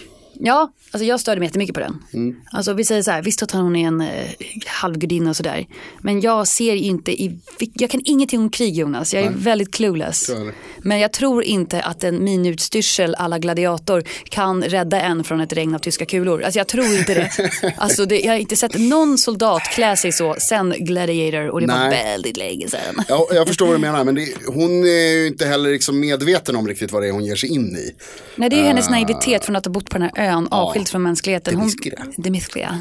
Ja, alltså jag störde mig jättemycket på den. Mm. Alltså vi säger så här, visst att hon är en eh, halvgudinna och sådär. Men jag ser inte i, jag kan ingenting om krig, Jonas. Jag är Nej. väldigt clueless. Jag men jag tror inte att en minutstyrsel alla gladiator kan rädda en från ett regn av tyska kulor. Alltså jag tror inte det. Alltså det, jag har inte sett någon soldat klä sig så sen Gladiator, och det Nej. var väldigt länge sedan. Ja, jag förstår vad du menar, men det, hon är ju inte heller liksom medveten om riktigt vad det är hon ger sig in i. Nej, det är hennes uh, naivitet från att ha bott på den här ön, ja, avskilt från mänskligheten. Hon, det miskliga.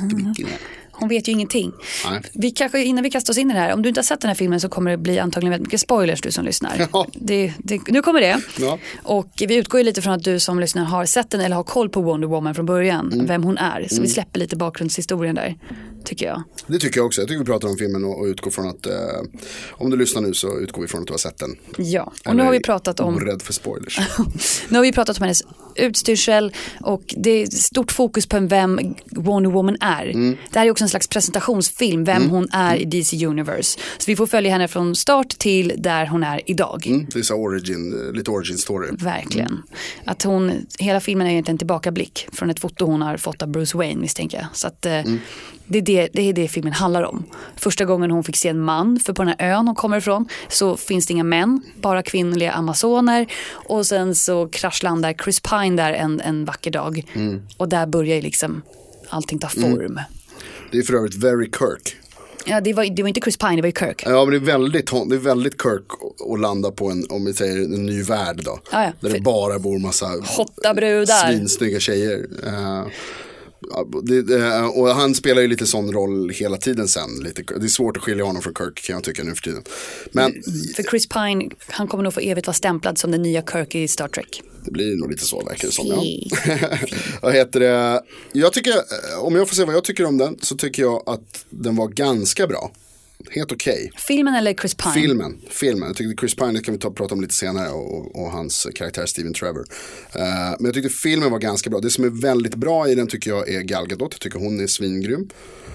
Hon vet ju ingenting. Vi kanske, innan vi kastar oss in i det här, om du inte har sett den här filmen så kommer det bli antagligen väldigt mycket spoilers, du som lyssnar. Ja. Det, det, nu kommer det. Ja. Och vi utgår ju lite från att du som lyssnar har sett den eller har koll på Wonder Woman från början, mm. vem hon är. Så mm. vi släpper lite bakgrundshistorien där, tycker jag. Det tycker jag också. Jag tycker vi pratar om filmen och, och utgår från att eh, om du lyssnar nu så utgår vi från att du har sett den. Ja, och eller nu har vi pratat om... rädd för spoilers. Nu har vi pratat om hennes utstyrsel och det är stort fokus på vem Wonder Woman är. Mm. Det här är också en slags presentationsfilm, vem mm. hon är i D C Universe. Så vi får följa henne från start till där hon är idag. Mm. Det är så origin, lite origin story. Verkligen. Mm. Att hon, hela filmen är egentligen en tillbakablick från ett foto hon har fått av Bruce Wayne, misstänker jag. Så att mm. det, är det, det är det filmen handlar om. Första gången hon fick se en man, för på den här ön hon kommer ifrån så finns det inga män, bara kvinnliga amazoner. Och sen så kraschlandar Chris Pine där en, en vacker dag. Mm. Och där börjar ju liksom allting ta form. Mm. Det är för övrigt very Kirk. Ja, det var, det var inte Chris Pine, det var ju Kirk. Ja, men det är väldigt, det är väldigt Kirk att landa på en, om vi säger en ny värld då. Ah, ja. Där för... det bara bor massa hotta brudar, svinsnygga tjejer. Uh, det, det, och han spelar ju lite sån roll hela tiden sen. Lite, det är svårt att skilja honom från Kirk, kan jag tycka nu för tiden. Men, för Chris Pine, han kommer nog få evigt vara stämplad som den nya Kirk i Star Trek. Det blir nog lite så, verkar det som. Ja. Vad heter det? Jag tycker, om jag får säga vad jag tycker om den, så tycker jag att den var ganska bra. Helt okej. Okay. Filmen eller Chris Pine? Filmen, filmen. Jag tyckte Chris Pine, det kan vi ta, prata om lite senare, och, och hans karaktär Steven Trevor. Uh, men jag tyckte filmen var ganska bra. Det som är väldigt bra i den tycker jag är Gal Gadot. Jag tycker hon är svingrym.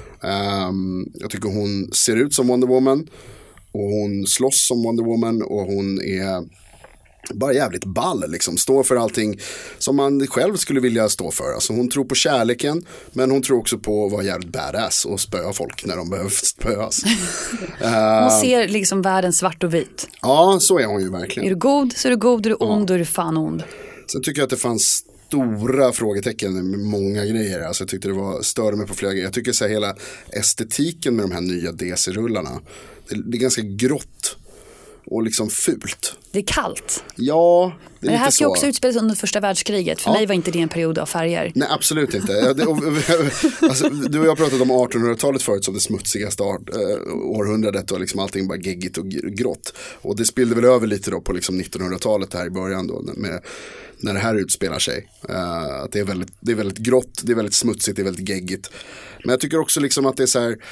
Um, jag tycker hon ser ut som Wonder Woman. Och hon slåss som Wonder Woman. Och hon är bara jävligt ball liksom, står för allting som man själv skulle vilja stå för. Alltså hon tror på kärleken, men hon tror också på att vara jävligt badass och spöa folk när de behöver spöas. Hon uh, ser liksom världen svart och vit. Ja, så är hon ju verkligen. Är du god så är du god, är du ond, ja. Är du fan ond. Sen tycker jag att det fanns stora frågetecken med många grejer. Alltså jag tyckte det var större mig på flera grejer. Jag tycker så här, hela estetiken med de här nya D C-rullarna, det, det är ganska grått. och liksom fult. Det är kallt. Ja, det är Men det här lite ska så. också utspelas under första världskriget. För Ja. mig var inte det en period av färger. Nej, absolut inte. Ja, det, och, alltså, du och jag har pratat om artonhundratalet förut som det smutsigaste art, äh, århundradet och liksom allting bara geggigt och grått. Och det spillde väl över lite då på liksom nittonhundratalet här i början då med, när det här utspelar sig. Uh, att det är, väldigt, det är väldigt grått, det är väldigt smutsigt, det är väldigt geggigt. Men jag tycker också liksom att det är så här...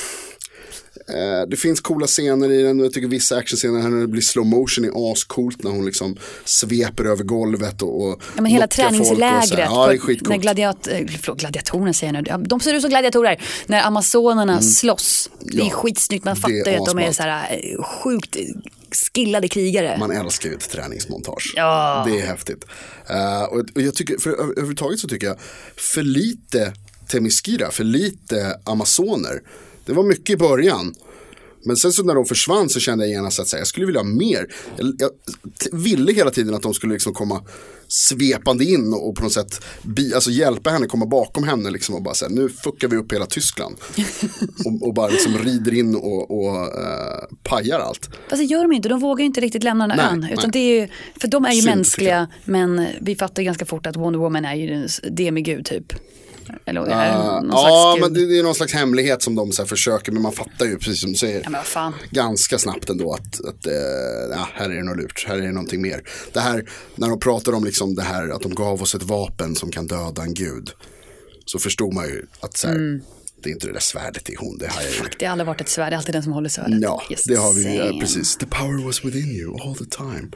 Uh, det finns coola scener i den och jag tycker vissa actionscener här när det blir slow motion är ascoolt när hon liksom sveper över golvet och, och ja, men hela lockar folk och så träningslägret här. Ja, det är på, skitcoolt. när gladiat, förlåt, gladiatorerna säger jag nu, de ser ut som gladiatorer när amazonerna mm. slåss, det är ja, skitsnyggt, man fattar ju att de är så här sjukt skillade krigare. Man älskar ju ett träningsmontage. Ja. Det är häftigt. Uh, och, och jag tycker, för överhuvudtaget så tycker jag för lite Themyscira, för lite amazoner. Det var mycket i början. Men sen så när de försvann så kände jag gärna så att säga, jag skulle vilja ha mer. Jag, jag ville hela tiden att de skulle liksom komma svepande in och, och på något sätt bi, alltså hjälpa henne, komma bakom henne liksom och bara säga, nu fuckar vi upp hela Tyskland. och, och bara liksom rider in och, och uh, pajar allt. Fast det gör de inte, de vågar ju inte riktigt lämna den nej, ön. Utan nej. det är ju, för de är ju Synd, mänskliga, men vi fattar ganska fort att Wonder Woman är ju en demigud typ. Eller är det Uh, någon ja, slags men det, det är någon slags hemlighet som de så här försöker, men man fattar ju precis som du säger. Ja, men vad fan. Ganska snabbt ändå att, att uh, ja, här är det något lurt, här är det någonting mer. Det här, när de pratar om liksom det här att de gav oss ett vapen som kan döda en gud, så förstod man ju att så här, mm. det är inte det där svärdet, det är hon, det har jag ju. Det har aldrig varit ett svärd, det är alltid den som håller svärdet. Ja, Just det har vi same. precis. The power was within you all the time.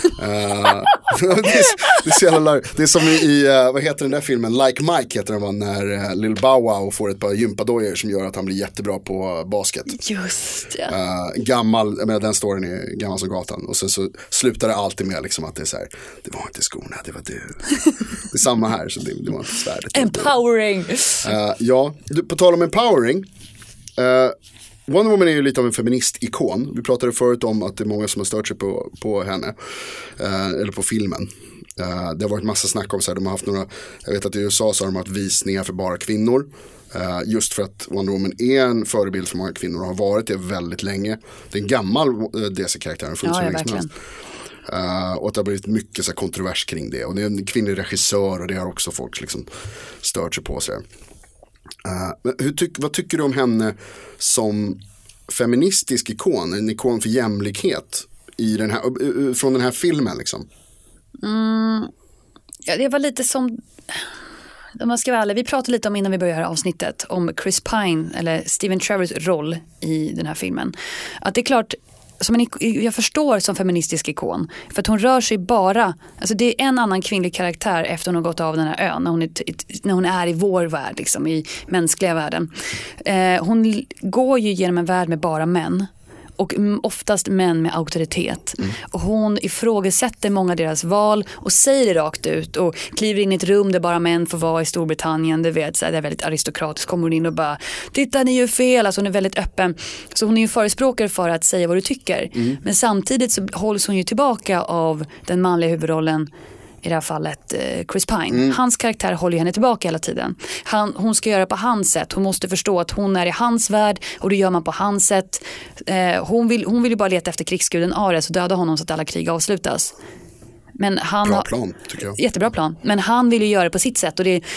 uh, det, är, det, är så jävla, det är som i, i uh, vad heter den där filmen? Like Mike heter den, var när uh, Lil Bow Wow får ett par gympadojor som gör att han blir jättebra på basket. Just ja. Uh, gammal, jag menar den storyn är gammal som gatan. Och sen så slutar det alltid med liksom att det är så här, det var inte skorna, det var du. Det är samma här, så det, det var inte svärdet. Empowering. Uh, ja, du, på tal om empowering. Uh, Wonder Woman är ju lite av en feministikon. Vi pratade förut om att det är många som har stört sig på, på henne. Uh, eller på filmen. Uh, det har varit massa snack om så här, de har haft några, jag vet att i U S A så har de haft visningar för bara kvinnor. Uh, just för att Wonder Woman är en förebild för många kvinnor och har varit det väldigt länge. Det är en gammal uh, D C-karaktär. Ja, ja, verkligen. Uh, och att det har blivit mycket så här, kontrovers kring det. Och det är en kvinnlig regissör och det har också folk liksom stört sig på sig. Uh, men hur tyck, vad tycker du om henne som feministisk ikon, en ikon för jämlikhet i den här, uh, från den här filmen liksom? Mm, ja, det var lite som, om man ska vara ärlig, vi pratade lite om innan vi började avsnittet om Chris Pine eller Stephen Travers roll i den här filmen. Att det är klart, som en, jag förstår som feministisk ikon, för att hon rör sig bara, alltså det är en annan kvinnlig karaktär efter hon har gått av den här ön, när hon är, när hon är i vår värld liksom, i mänskliga världen. Eh, hon går ju genom en värld med bara män och oftast män med auktoritet. Mm. Och hon ifrågasätter många av deras val och säger det rakt ut och kliver in i ett rum där bara män får vara i Storbritannien. Det, vet, så här, det är väldigt aristokratiskt. Kommer hon in och bara, titta ni gör fel. Alltså hon är väldigt öppen. Så hon är ju förespråkare för att säga vad du tycker. Mm. Men samtidigt så hålls hon ju tillbaka av den manliga huvudrollen, i det här fallet eh, Chris Pine. Mm. Hans karaktär håller henne tillbaka hela tiden. Han, hon ska göra på hans sätt. Hon måste förstå att hon är i hans värld och det gör man på hans sätt. Eh, hon, vill, hon vill ju bara leta efter krigsguden Ares och döda honom så att alla krig avslutas. Men han Bra har, plan, tycker jag. Jättebra plan. Men han vill ju göra det på sitt sätt och det är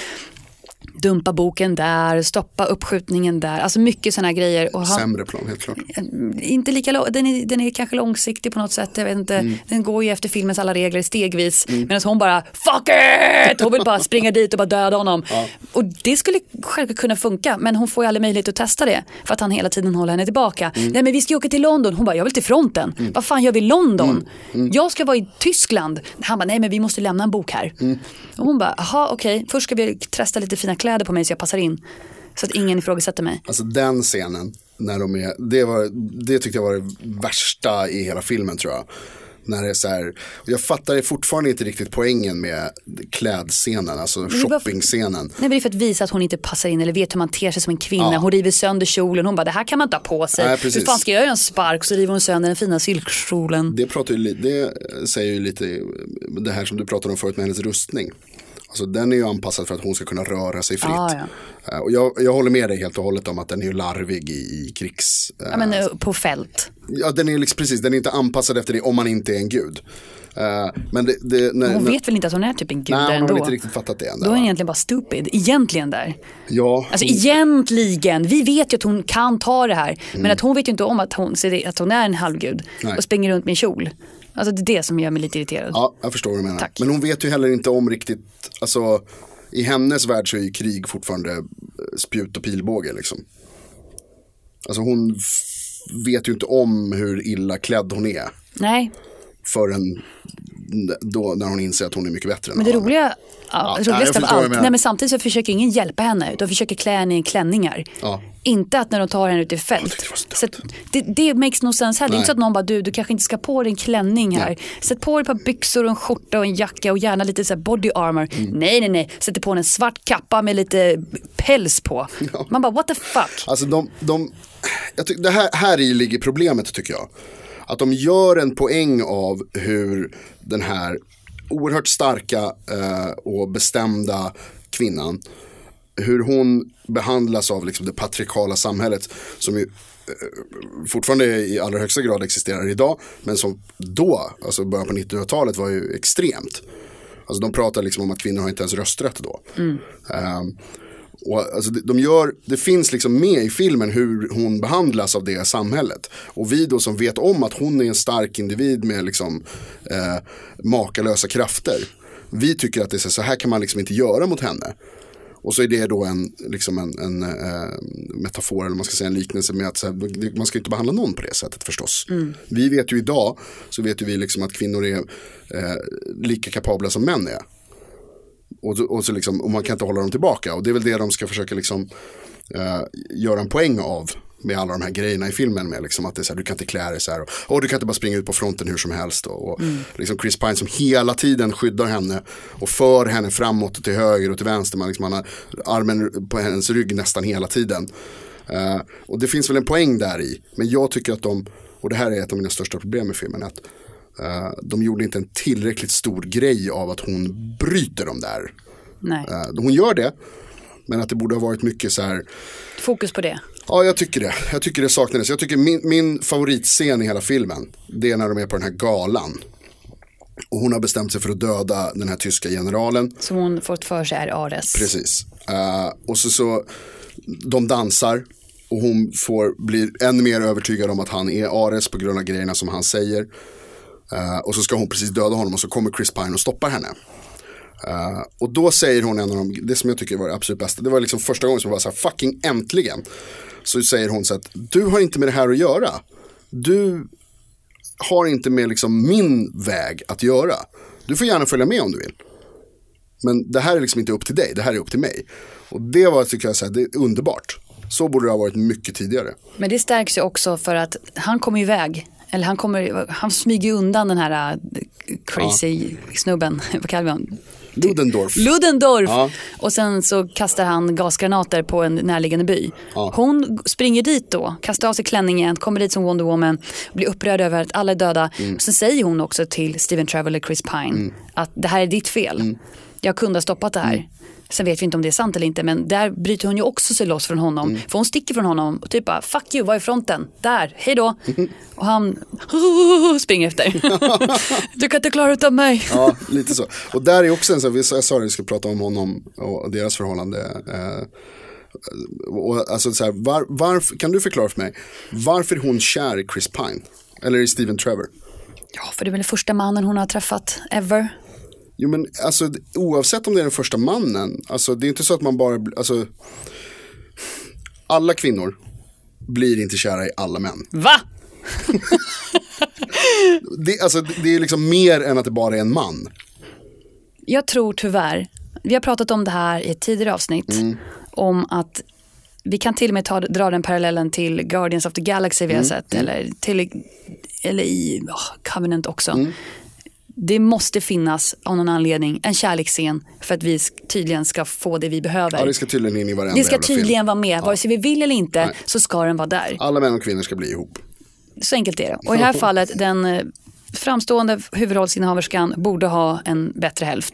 dumpa boken där, stoppa uppskjutningen där. Alltså mycket sådana grejer. Och han, sämre plan, helt klart. Inte lika, den är, den är kanske långsiktig på något sätt. Jag vet inte, mm. den går ju efter filmens alla regler stegvis. Mm. Medan hon bara, fuck it! Hon vill bara springa dit och bara döda honom. Ja. Och det skulle självklart kunna funka. Men hon får ju aldrig möjlighet att testa det. För att han hela tiden håller henne tillbaka. Mm. Nej men vi ska åka till London. Hon bara, jag vill till fronten. Mm. Vad fan gör vi i London? Mm. Mm. Jag ska vara i Tyskland. Han bara, nej men vi måste lämna en bok här. Mm. Och hon bara, aha okej. Okay. Först ska vi testa lite fina kläder på mig så jag passar in. Så att ingen ifrågasätter mig. Alltså den scenen, när de är, det, var, det tyckte jag var det värsta i hela filmen tror jag. När det är så här, och jag fattar fortfarande inte riktigt poängen med klädscenen, alltså shoppingscenen. Nej, det är för att visa att hon inte passar in eller vet hur man ter sig som en kvinna. Ja. Hon river sönder kjolen, hon bara, det här kan man ta på sig. Nej, hur fan ska jag göra en spark? Så river hon sönder den fina silkkjolen. Det, pratar ju, det säger ju lite det här som du pratade om förut med hennes rustning. Alltså den är ju anpassad för att hon ska kunna röra sig fritt. Ah, ja. Och jag, jag håller med dig helt och hållet om att den är ju larvig i, i krigs... Ja, men uh, på fält. Ja, den är liksom, precis, den är inte anpassad efter det om man inte är en gud. Uh, men det, det, när, hon när, vet väl inte att hon är typ en gud nej, där ändå. hon har inte riktigt fattat det än. Då är hon egentligen bara stupid, egentligen där. Ja. Alltså hon... egentligen, vi vet ju att hon kan ta det här. Mm. Men att hon vet ju inte om att hon, att hon är en halvgud. Nej. Och springer runt med en kjol. Alltså det är det som gör mig lite irriterad. Ja, jag förstår vad du menar. Tack. Men hon vet ju heller inte om riktigt, alltså i hennes värld så är ju krig fortfarande spjut och pilbåge liksom. Alltså hon f- vet ju inte om hur illa klädd hon är. Nej. Förrän då när hon inser att hon är mycket bättre än men det alla. roliga, ja, ja, roligast av allt, nej, men samtidigt så försöker ingen hjälpa henne. De försöker klä henne i klänningar. Ja. Inte att när de tar henne ut i fält. Det, så det, det makes no sense här. Det är inte så att någon bara, du, du kanske inte ska på dig en klänning här. Nej. Sätt på dig ett par byxor och en skjorta och en jacka och gärna lite så här body armor. Mm. Nej, nej, nej. Sätt på en svart kappa med lite päls på. Ja. Man bara, what the fuck? Alltså de, de jag tycker, det här, här i ligger problemet tycker jag. Att de gör en poäng av hur den här oerhört starka eh, och bestämda kvinnan, hur hon behandlas av liksom det patriarkala samhället som ju eh, fortfarande i allra högsta grad existerar idag, men som då, alltså början på nittonhundratalet var ju extremt. Alltså de pratar liksom om att kvinnor har inte ens rösträtt då. Mm. Um, och alltså de gör, det finns liksom med i filmen hur hon behandlas av det samhället. Och vi då som vet om att hon är en stark individ med liksom eh, makalösa krafter, vi tycker att det är så, så här kan man liksom inte göra mot henne. Och så är det då en, liksom en, en eh, metafor eller man ska säga en liknelse med att så här, man ska inte behandla någon på det sättet förstås. Mm. Vi vet ju idag, så vet ju vi liksom att kvinnor är eh, lika kapabla som män är. Och, och, så liksom, och man kan inte hålla dem tillbaka. Och det är väl det de ska försöka liksom, uh, göra en poäng av med alla de här grejerna i filmen. Med liksom att det är så här, du kan inte klä dig så här. Och, och du kan inte bara springa ut på fronten hur som helst. Och, och mm. liksom Chris Pine som hela tiden skyddar henne och för henne framåt och till höger och till vänster. Man, liksom, man har armen på hennes rygg nästan hela tiden. Uh, och det finns väl en poäng där i. Men jag tycker att de, och det här är ett av mina största problem med filmen, att Uh, de gjorde inte en tillräckligt stor grej av att hon bryter dem där. Nej. Uh, hon gör det, men att det borde ha varit mycket så här. Fokus på det. Ja, jag tycker det. Jag tycker det saknades. Jag tycker min, min favoritscen i hela filmen, det är när de är på den här galan. Och hon har bestämt sig för att döda den här tyska generalen. Som hon fått för sig är Ares. Precis. Uh, och så, så de dansar. Och hon får bli ännu mer övertygad om att han är Ares på grund av grejerna som han säger. Uh, och så ska hon precis döda honom och så kommer Chris Pine och stoppar henne. Uh, och då säger hon en av de, det som jag tycker var det absolut bästa, det var liksom första gången som var så här, fucking äntligen. Så säger hon så att du har inte med det här att göra. Du har inte med liksom min väg att göra. Du får gärna följa med om du vill. Men det här är liksom inte upp till dig, det här är upp till mig. Och det var, tycker jag, så här, det är underbart. Så borde det ha varit mycket tidigare. Men det stärks ju också för att han kommer iväg. Eller han kommer, han smyger undan den här crazy ja. snubben. Vad kallar vi honom? Ludendorff. Ludendorff. Ja. Och sen så kastar han gasgranater på en närliggande by. Ja. Hon springer dit då, kastar av sig klänningen, kommer dit som Wonder Woman, blir upprörd över att alla är döda. Mm. Och sen säger hon också till Steven Trevor och Chris Pine mm. att det här är ditt fel. Mm. Jag kunde ha stoppat det här. Mm. Sen vet vi inte om det är sant eller inte, men där bryter hon ju också sig loss från honom. Mm. För hon sticker från honom och typ bara, fuck you, var är fronten? Där, hej då. Mm. Och han springer efter. Du kan inte klara ut av mig. Ja, lite så. Och där är också en sån, jag sa att vi ska prata om honom och deras förhållande. Eh, och alltså så här, var, varför, kan du förklara för mig, varför är hon kär i Chris Pine? Eller i Steven Trevor? Ja, för det är väl den första mannen hon har träffat ever. Jo, men alltså oavsett om det är den första mannen, alltså det är inte så att man bara, alltså alla kvinnor blir inte kära i alla män. Va? det, alltså det är liksom mer än att det bara är en man. Jag tror tyvärr, vi har pratat om det här i ett tidigare avsnitt, mm. om att vi kan till och med ta, dra den parallellen till Guardians of the Galaxy vi har mm. sett, mm. eller, till, eller i oh, Covenant också. Mm. Det måste finnas av någon anledning en kärleksscen för att vi tydligen ska få det vi behöver. Ja, det ska tydligen in i varenda Det ska tydligen film. vara med, vare sig vi vill eller inte. Nej. Så ska den vara där. Alla män och kvinnor ska bli ihop. Så enkelt är det. Och i det här fallet, den framstående huvudrollsinnehaverskan borde ha en bättre hälft.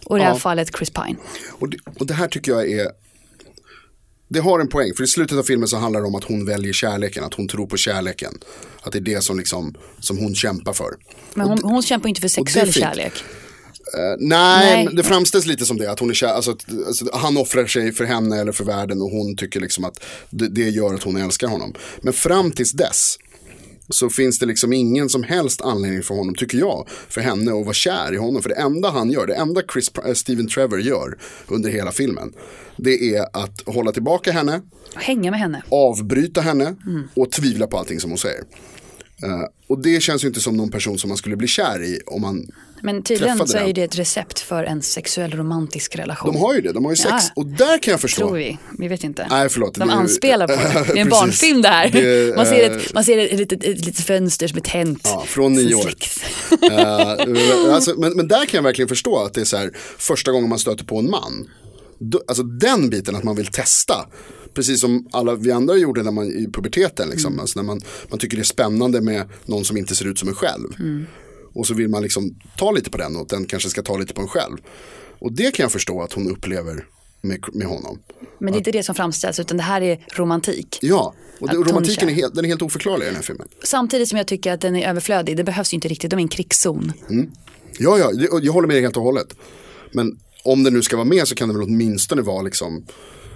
Och i det här Ja. fallet Chris Pine. Och det, och det här tycker jag är, det har en poäng, för i slutet av filmen så handlar det om att hon väljer kärleken, att hon tror på kärleken, att det är det som, liksom, som hon kämpar för. Men hon, och, hon kämpar inte för sexuell kärlek. Uh, nej, Nej. men det framställs lite som det, att hon är kär, alltså, att, alltså, han offrar sig för henne eller för världen och hon tycker liksom att det, det gör att hon älskar honom. Men fram tills dess så finns det liksom ingen som helst anledning för honom, tycker jag, för henne att vara kär i honom. För det enda han gör, det enda Chris, äh, Steven Trevor gör under hela filmen, det är att hålla tillbaka henne, Hänga med henne. avbryta henne Mm. och tvivla på allting som hon säger. Uh, och det känns ju inte som någon person som man skulle bli kär i om man Men tydligen träffade så är den. det ett recept för en sexuell romantisk relation. De har ju det, de har ju sex. Ja. Och där kan jag förstå. Tror vi, vi vet inte. Nej, förlåt. De Det är- anspelar på det. Det är en Precis. barnfilm det här. Det, man ser eh, ett, man ser ett, litet, ett litet fönster som är tänt. Ja, från nio år. Släckt. Uh, alltså, men, men där kan jag verkligen förstå att det är så här, första gången man stöter på en man. Då, alltså den biten att man vill testa. Precis som alla vi andra gjorde när man, i puberteten. Liksom. Mm. Alltså när man, man tycker det är spännande med någon som inte ser ut som en själv. Mm. Och så vill man liksom ta lite på den och den kanske ska ta lite på en själv. Och det kan jag förstå att hon upplever med, med honom. Men det är inte det som framställs, utan det här är romantik. Ja, och det, Att hon romantiken är kär. helt, den är helt oförklarlig i den här filmen. Samtidigt som jag tycker att den är överflödig. Det behövs ju inte riktigt, de är en krigszon. Mm. Ja, ja, jag, jag håller med dig helt och hållet. Men om det nu ska vara med så kan det väl åtminstone vara liksom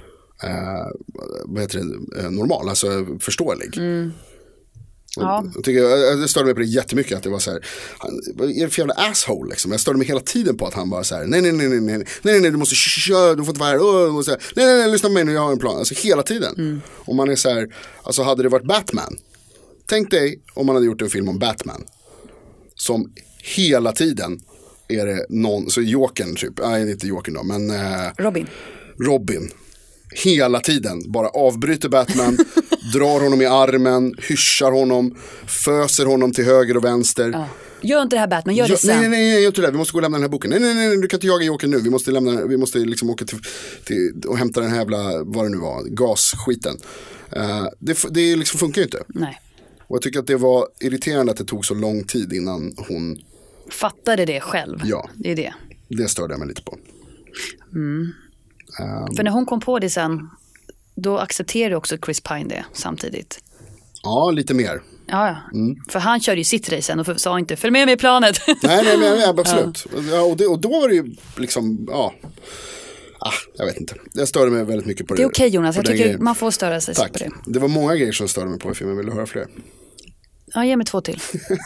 eh, vad heter det, eh, normal, alltså förståelig. Mm. Ja. Jag, tycker, jag, jag störde mig på det jättemycket, att det var så här, han, vad är det för jävla asshole liksom? Jag störde mig hela tiden på att han bara så här, nej nej nej nej nej nej nej du måste köra, du får inte vara här, oh, du måste, nej nej nej lyssna på mig nu, jag har en plan, alltså hela tiden. Mm. Om man är så här, alltså hade det varit Batman, tänk dig om man hade gjort en film om Batman som hela tiden är det någon, så Jokern typ, nej inte Jokern då, men eh, Robin. Robin hela tiden bara avbryter Batman, drar honom i armen, hyschar honom, föser honom till höger och vänster. Ja. Gör inte det här Batman, gör Ja, det sen. nej, nej, nej, gör inte det. Vi måste gå och lämna den här boken. Nej, nej, nej, du kan inte jaga Jokern nu. Vi måste lämna, vi måste liksom åka till, till och hämta den här jävla, vad det nu var, gasskiten. Uh, det, det liksom funkar ju inte. Nej. Och jag tycker att det var irriterande att det tog så lång tid innan hon, Fattade det själv. Ja. Det är det. det störde jag mig lite på. Mm. Um, För när hon kom på det sen, då accepterade också Chris Pine det samtidigt. ja, lite mer. Ja, ja. Mm. För han körde ju sitt race sen och sa inte, följ med mig i planet. Nej, nej, nej, nej absolut. Ja, och, det, och då var det ju liksom, ja, ah, jag vet inte. Jag störde mig väldigt mycket på det. Det är okej Jonas, på jag den tycker grejen. man får störa sig Tack. på det. Det var många grejer som störde mig på i filmen, vill du höra fler? Ja, ge mig två till.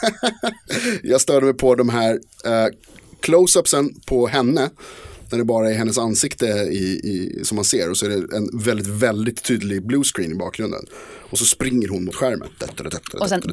Jag störde mig på de här eh, close-upsen på henne, när det bara är hennes ansikte i, i, som man ser, och så är det en väldigt, väldigt tydlig blue screen i bakgrunden. Och så springer hon mot skärmen. Och sen...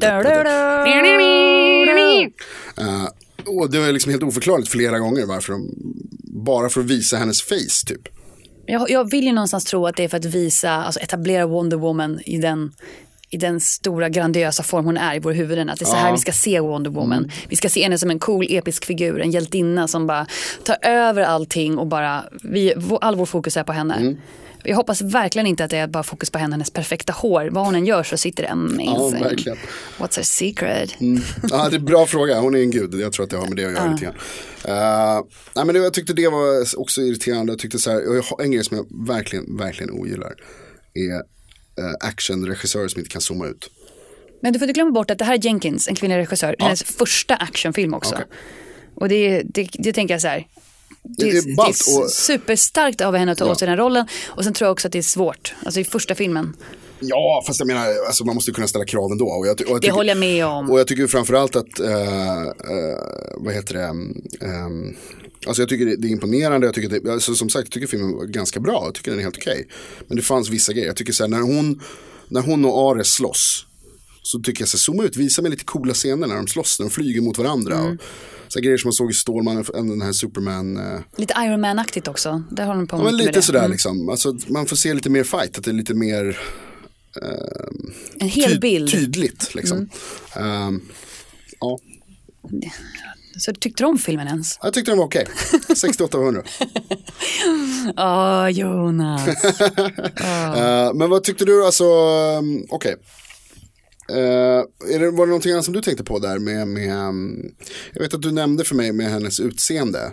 Uh, och det var liksom helt oförklarligt flera gånger varför de, bara för att visa hennes face typ. Jag, jag vill ju någonstans tro att det är för att visa, alltså etablera Wonder Woman i den, i den stora grandiosa form hon är i vår huvuden. Att det är så här Ja. vi ska se Wonder Woman. Mm. Vi ska se henne som en cool episk figur, en hjältinna som bara tar över allting och bara, vi, all vår fokus är på henne. Mm. Jag hoppas verkligen inte att det är bara fokus på henne, hennes perfekta hår. Vad hon än gör så sitter det amazing. Ja, verkligen. What's her secret? Mm. Ja, det är en bra fråga. Hon är en gud. Jag tror att det har med det att göra Ja. lite grann. Uh, nej, men det, jag tyckte det var också irriterande. Jag tyckte så här, jag har en grej som jag verkligen, verkligen ogillar är uh, actionregissörer som inte kan zooma ut. Men du får inte glömma bort att det här är Jenkins, en kvinnlig regissör. Ja. Hennes första actionfilm också. Okay. Och det, det, det tänker jag så här. Det, Det är det ballt är och- superstarkt av henne att ta Ja. åt sig den rollen. Och sen tror jag också att det är svårt. Alltså i första filmen. Ja, fast jag menar, alltså, man måste kunna ställa krav ändå. Och jag, ty- och jag Det tycker, håller jag med om. Och jag tycker framförallt att, uh, uh, vad heter det, um, alltså jag tycker det, det är imponerande. Jag tycker det, alltså, som sagt, jag tycker filmen var ganska bra. Jag tycker den är helt okej. Men det fanns vissa grejer. Jag tycker så här, när hon, när hon och Ares slåss, så tycker jag så här, zooma ut, visa mig lite coola scener när de slåss, när de flyger mot varandra. Mm. Och, så här grejer som man såg i Stålman, den här Superman. Uh, Lite Iron Man-aktigt också. Där håller de på ja, men med lite det. sådär Mm. liksom. Alltså, man får se lite mer fight, att det är lite mer En hel ty- bild. tydligt liksom. Mm. Um, ja. Så tyckte du om filmen ens? Jag tyckte den var okej. sextioåtta av hundra. Åh, Jonas. Uh, men vad tyckte du, alltså, um, okej. Uh, är det, var det någonting annat som du tänkte på där med, med um, jag vet att du nämnde för mig med hennes utseende.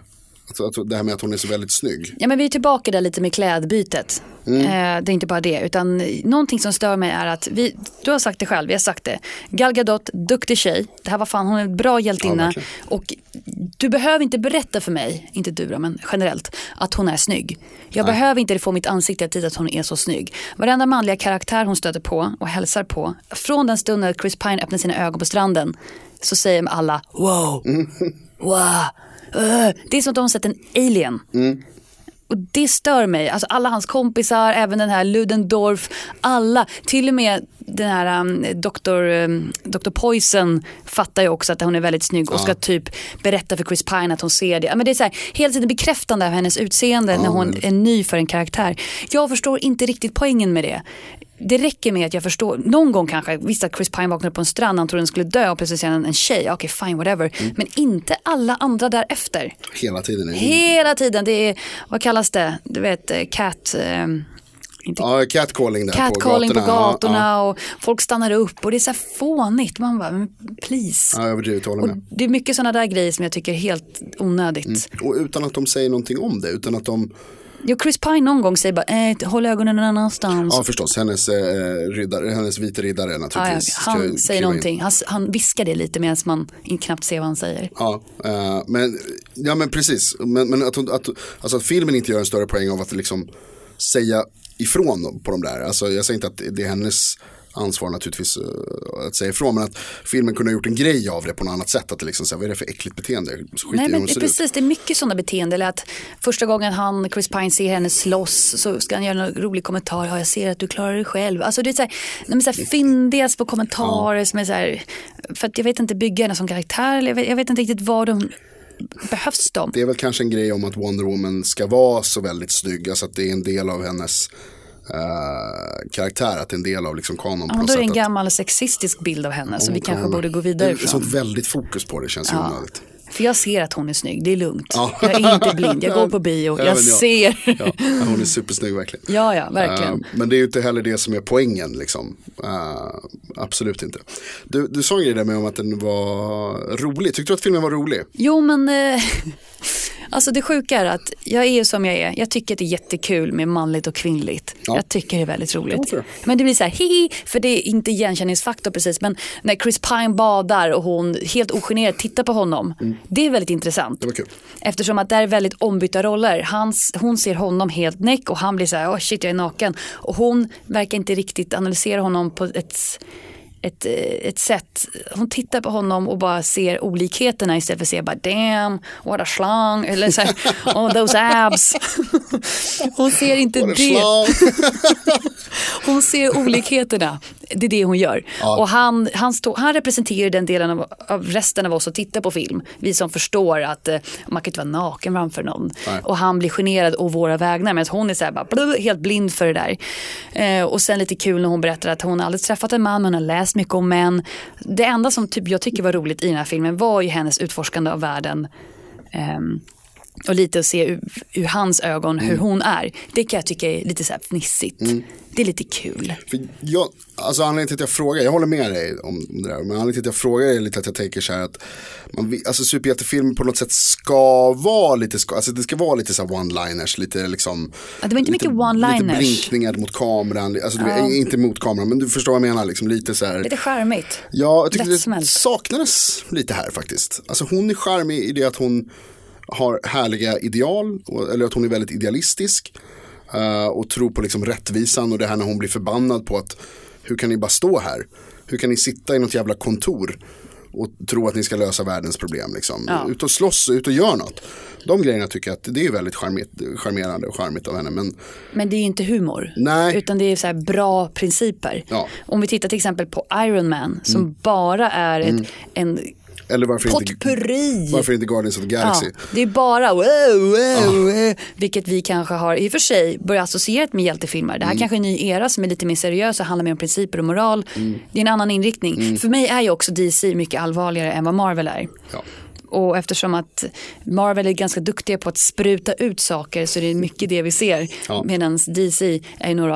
Att, att det här med att hon är så väldigt snygg. Ja, men vi är tillbaka där lite med klädbytet. Mm. Eh, det är inte bara det, utan någonting som stör mig är att vi, du har sagt det själv, vi har sagt det. Gal Gadot, duktig tjej. Det här var fan, hon är en bra hjältinna. Ja, och du behöver inte berätta för mig, inte du då, men generellt, att hon är snygg. Jag Nej. behöver inte få mitt ansikte att att hon är så snygg. Varenda manliga karaktär hon stöter på och hälsar på, från den stunden Chris Pine öppnar sina ögon på stranden, så säger alla wow, mm. wow. Uh, det är som att de har sett en alien. Mm. Och det stör mig. Alltså alla hans kompisar, även den här Ludendorff, alla, till och med den här um, doktor, um, doktor Poison fattar ju också att hon är väldigt snygg och ska typ berätta för Chris Pine att hon ser det. Men det är så här, hela tiden bekräftande av hennes utseende ja, när hon men... är ny för en karaktär. Jag förstår inte riktigt poängen med det. Det räcker med att jag förstår, någon gång kanske, visst att Chris Pine vaknade på en strand, han trodde den skulle dö och plötsligt ser en, en tjej, okej okay, fine whatever, mm. men inte alla andra därefter. Hela tiden. Är det... Hela tiden, det är, vad kallas det, du vet, cat... Eh, inte... Ja, catcalling där catcalling på gatorna. på gatorna ja, ja. Och folk stannar upp och det är så här fånigt, man bara, men please. Ja, överdrivet, håller med. Och det är mycket sådana där grejer som jag tycker är helt onödigt. Mm. Och utan att de säger någonting om det, utan att de... Jo, Chris Pine någon gång säger bara, eh, håll ögonen någon annanstans. Ja, förstås. Hennes, eh, riddare, hennes vita riddare naturligtvis. Ja, ja. Han säger någonting. Han, han viskar det lite medan man knappt ser vad han säger. Ja, eh, men, ja men precis. Men, men att, att, alltså att filmen inte gör en större poäng av att liksom säga ifrån på de där. Alltså jag säger inte att det är hennes ansvar naturligtvis att säga ifrån, men att filmen kunde ha gjort en grej av det på något annat sätt, att det liksom, så här, vad är det för äckligt beteende? Nej, men precis, ut. Det är mycket sådana beteende, eller att första gången han, Chris Pine, ser henne slåss så ska han göra en rolig kommentar, ja, jag ser att du klarar dig själv. Alltså det är så här, nej, så här fyndiga på kommentarer ja. Som är så här, för att jag vet inte bygga henne som karaktär, eller jag vet, jag vet inte riktigt vad de behövs de. Det är väl kanske en grej om att Wonder Woman ska vara så väldigt snygg, alltså att det är en del av hennes Uh, karaktär, att en del av liksom kanon. Ja, då är det en gammal sexistisk bild av henne som vi kanske hon, borde gå vidare ifrån. Det är sånt väldigt fokus på det, känns ju ja. onödigt. För jag ser att hon är snygg, det är lugnt. Ja. Jag är inte blind, jag går på bio, jag, jag ser. Ja, hon är supersnygg verkligen. Ja, ja, verkligen. Uh, men det är ju inte heller det som är poängen liksom. Uh, absolut inte. Du, du sa ju det där med om att den var rolig. Tyckte du att filmen var rolig? Jo, men... Uh... Alltså det sjuka är att jag är som jag är. Jag tycker att det är jättekul med manligt och kvinnligt. Ja. Jag tycker det är väldigt roligt. Det. Men det blir så här, hihi, för det är inte igenkänningsfaktor precis. Men när Chris Pine badar och hon helt ogenerat tittar på honom. Mm. Det är väldigt intressant. Det var kul. Eftersom att det är väldigt ombytta roller. Hans, hon ser honom helt näck och han blir så här, oh shit, jag är naken. Och hon verkar inte riktigt analysera honom på ett... Ett, ett sätt, hon tittar på honom och bara ser olikheterna istället för att säga bara damn, what a slang eller så här, oh those abs. Hon ser inte det. Hon ser olikheterna. Det är det hon gör. Ja. Och han, han, stå, han representerar den delen av, av resten av oss som tittar på film. Vi som förstår att eh, man kan inte vara naken framför någon. Nej. Och han blir generad av våra vägnar. Men hon är så här bara, blub, helt blind för det där. Eh, och sen lite kul när hon berättar att hon aldrig träffat en man, men hon har läst mycket om män. Det enda som typ jag tycker var roligt i den här filmen var ju hennes utforskande av världen. Eh, och lite att se ur, ur hans ögon hur mm. hon är. Det kan jag tycka är lite så här fnissigt. Mm. Det är lite kul. För jag, alltså anledningen till att jag frågar, jag håller med dig om det där, men anledningen till att jag frågar är lite att jag tänker så här att man, alltså superhjältefilmer på något sätt ska vara lite, alltså det ska vara lite så här one-liners, lite liksom. Ja, det var inte lite, mycket one-liners. Lite blinkningar mot kameran, alltså ja. Inte mot kameran, men du förstår vad jag menar, liksom lite så här. Lite charmigt. Ja, jag tycker det saknades lite här faktiskt. Alltså hon är charmig i det att hon har härliga ideal, eller att hon är väldigt idealistisk uh, och tror på liksom rättvisan, och det här när hon blir förbannad på att hur kan ni bara stå här? Hur kan ni sitta i något jävla kontor och tro att ni ska lösa världens problem liksom? Ja. Ut och slåss, ut och gör något. De grejerna tycker jag att det är väldigt charmigt, charmerande och charmigt av henne. Men, men det är ju inte humor. Nej. Utan det är så här bra principer. Ja. Om vi tittar till exempel på Iron Man som mm. bara är ett, mm. en... Eller varför potpurri. inte, varför inte Guardians of the Galaxy? Ja, det är bara wow, wow, wow, vilket vi kanske har i och för sig börjat associerat med hjältefilmer. Det här mm. kanske är en ny era som är lite mer seriös och handlar mer om principer och moral. Mm. Det är en annan inriktning. Mm. För mig är ju också D C mycket allvarligare än vad Marvel är. Ja. Och eftersom att Marvel är ganska duktiga på att spruta ut saker, så det är mycket det vi ser. Ja. Medan D C är några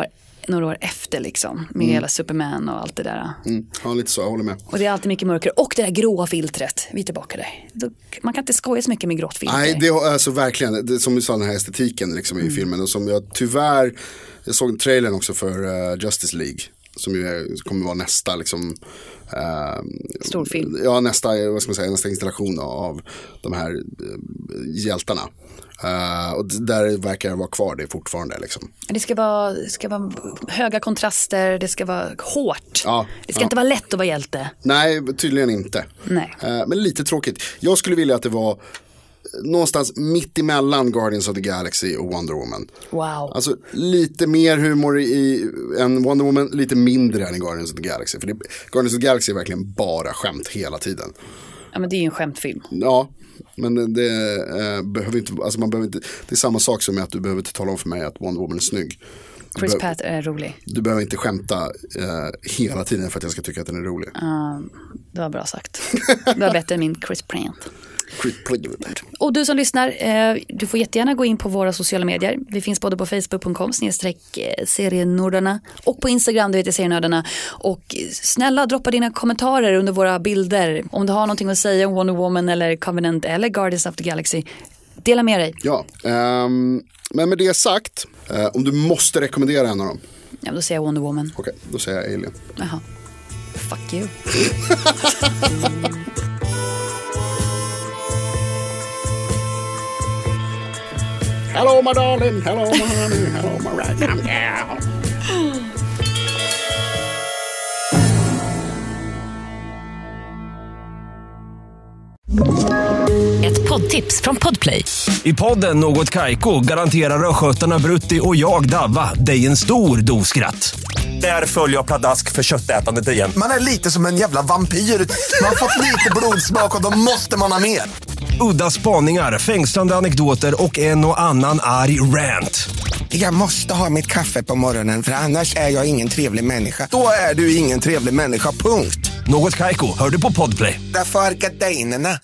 några år efter liksom. Med mm. hela Superman och allt det där. Mm. Ja, lite så, jag håller med. Och det är alltid mycket mörkare. Och det där gråa filtret, vi är tillbaka där. Man kan inte skoja så mycket med grått filter. Nej, det är alltså verkligen, det, som du sa, den här estetiken liksom, mm. i filmen. Och som jag tyvärr, jag såg trailern också för uh, Justice League. Som ju är, kommer vara nästa liksom, uh, stor film. Ja, nästa, vad ska man säga, nästa installation av de här uh, hjältarna. Uh, och där verkar det vara kvar det fortfarande liksom. Det ska vara, ska vara höga kontraster, det ska vara hårt. Ja, det ska ja. inte vara lätt att vara hjälte. Nej, tydligen inte. Nej. Uh, men lite tråkigt. Jag skulle vilja att det var någonstans mitt emellan Guardians of the Galaxy och Wonder Woman. Wow. Alltså lite mer humor i än Wonder Woman, lite mindre än i Guardians of the Galaxy. För det, Guardians of the Galaxy är verkligen bara skämt hela tiden. Ja, men det är ju en skämtfilm. Ja, men det eh, behöver inte, alltså man behöver inte, det är samma sak som att du behöver inte tala om för mig att Wonder Woman är snygg. Chris Pratt är rolig. Du behöver inte skämta eh, hela tiden för att jag ska tycka att den är rolig. Uh, det var bra sagt. Det var bättre än min Chris Pratt. Och du som lyssnar, eh, du får jättegärna gå in på våra sociala medier. Vi finns både på facebook punkt com snedstreck serienördarna och på Instagram, du heter serienördarna. Och snälla droppa dina kommentarer under våra bilder. Om du har någonting att säga om Wonder Woman eller Covenant eller Guardians of the Galaxy, dela med dig. Ja, um, men med det sagt, uh, om du måste rekommendera en av dem. Ja, då säger jag Wonder Woman. Okej, okay, då säger jag Alien. Jaha, fuck you. Hello my darling, hello my honey, hello my right gal. Ett poddtips från Podplay. I podden Något Kaiko garanterar röskötarna Brutti och jag Davva dig en stor doskratt. Där följer jag pladask för köttätandet igen. Man är lite som en jävla vampyr. Man har fått lite blodsmak och då måste man ha mer. Udda spaningar, fängslande anekdoter och en och annan arg rant. Jag måste ha mitt kaffe på morgonen för annars är jag ingen trevlig människa. Då är du ingen trevlig människa, punkt. Något Kaiko, hör du på Podplay. Därför är gardinerna.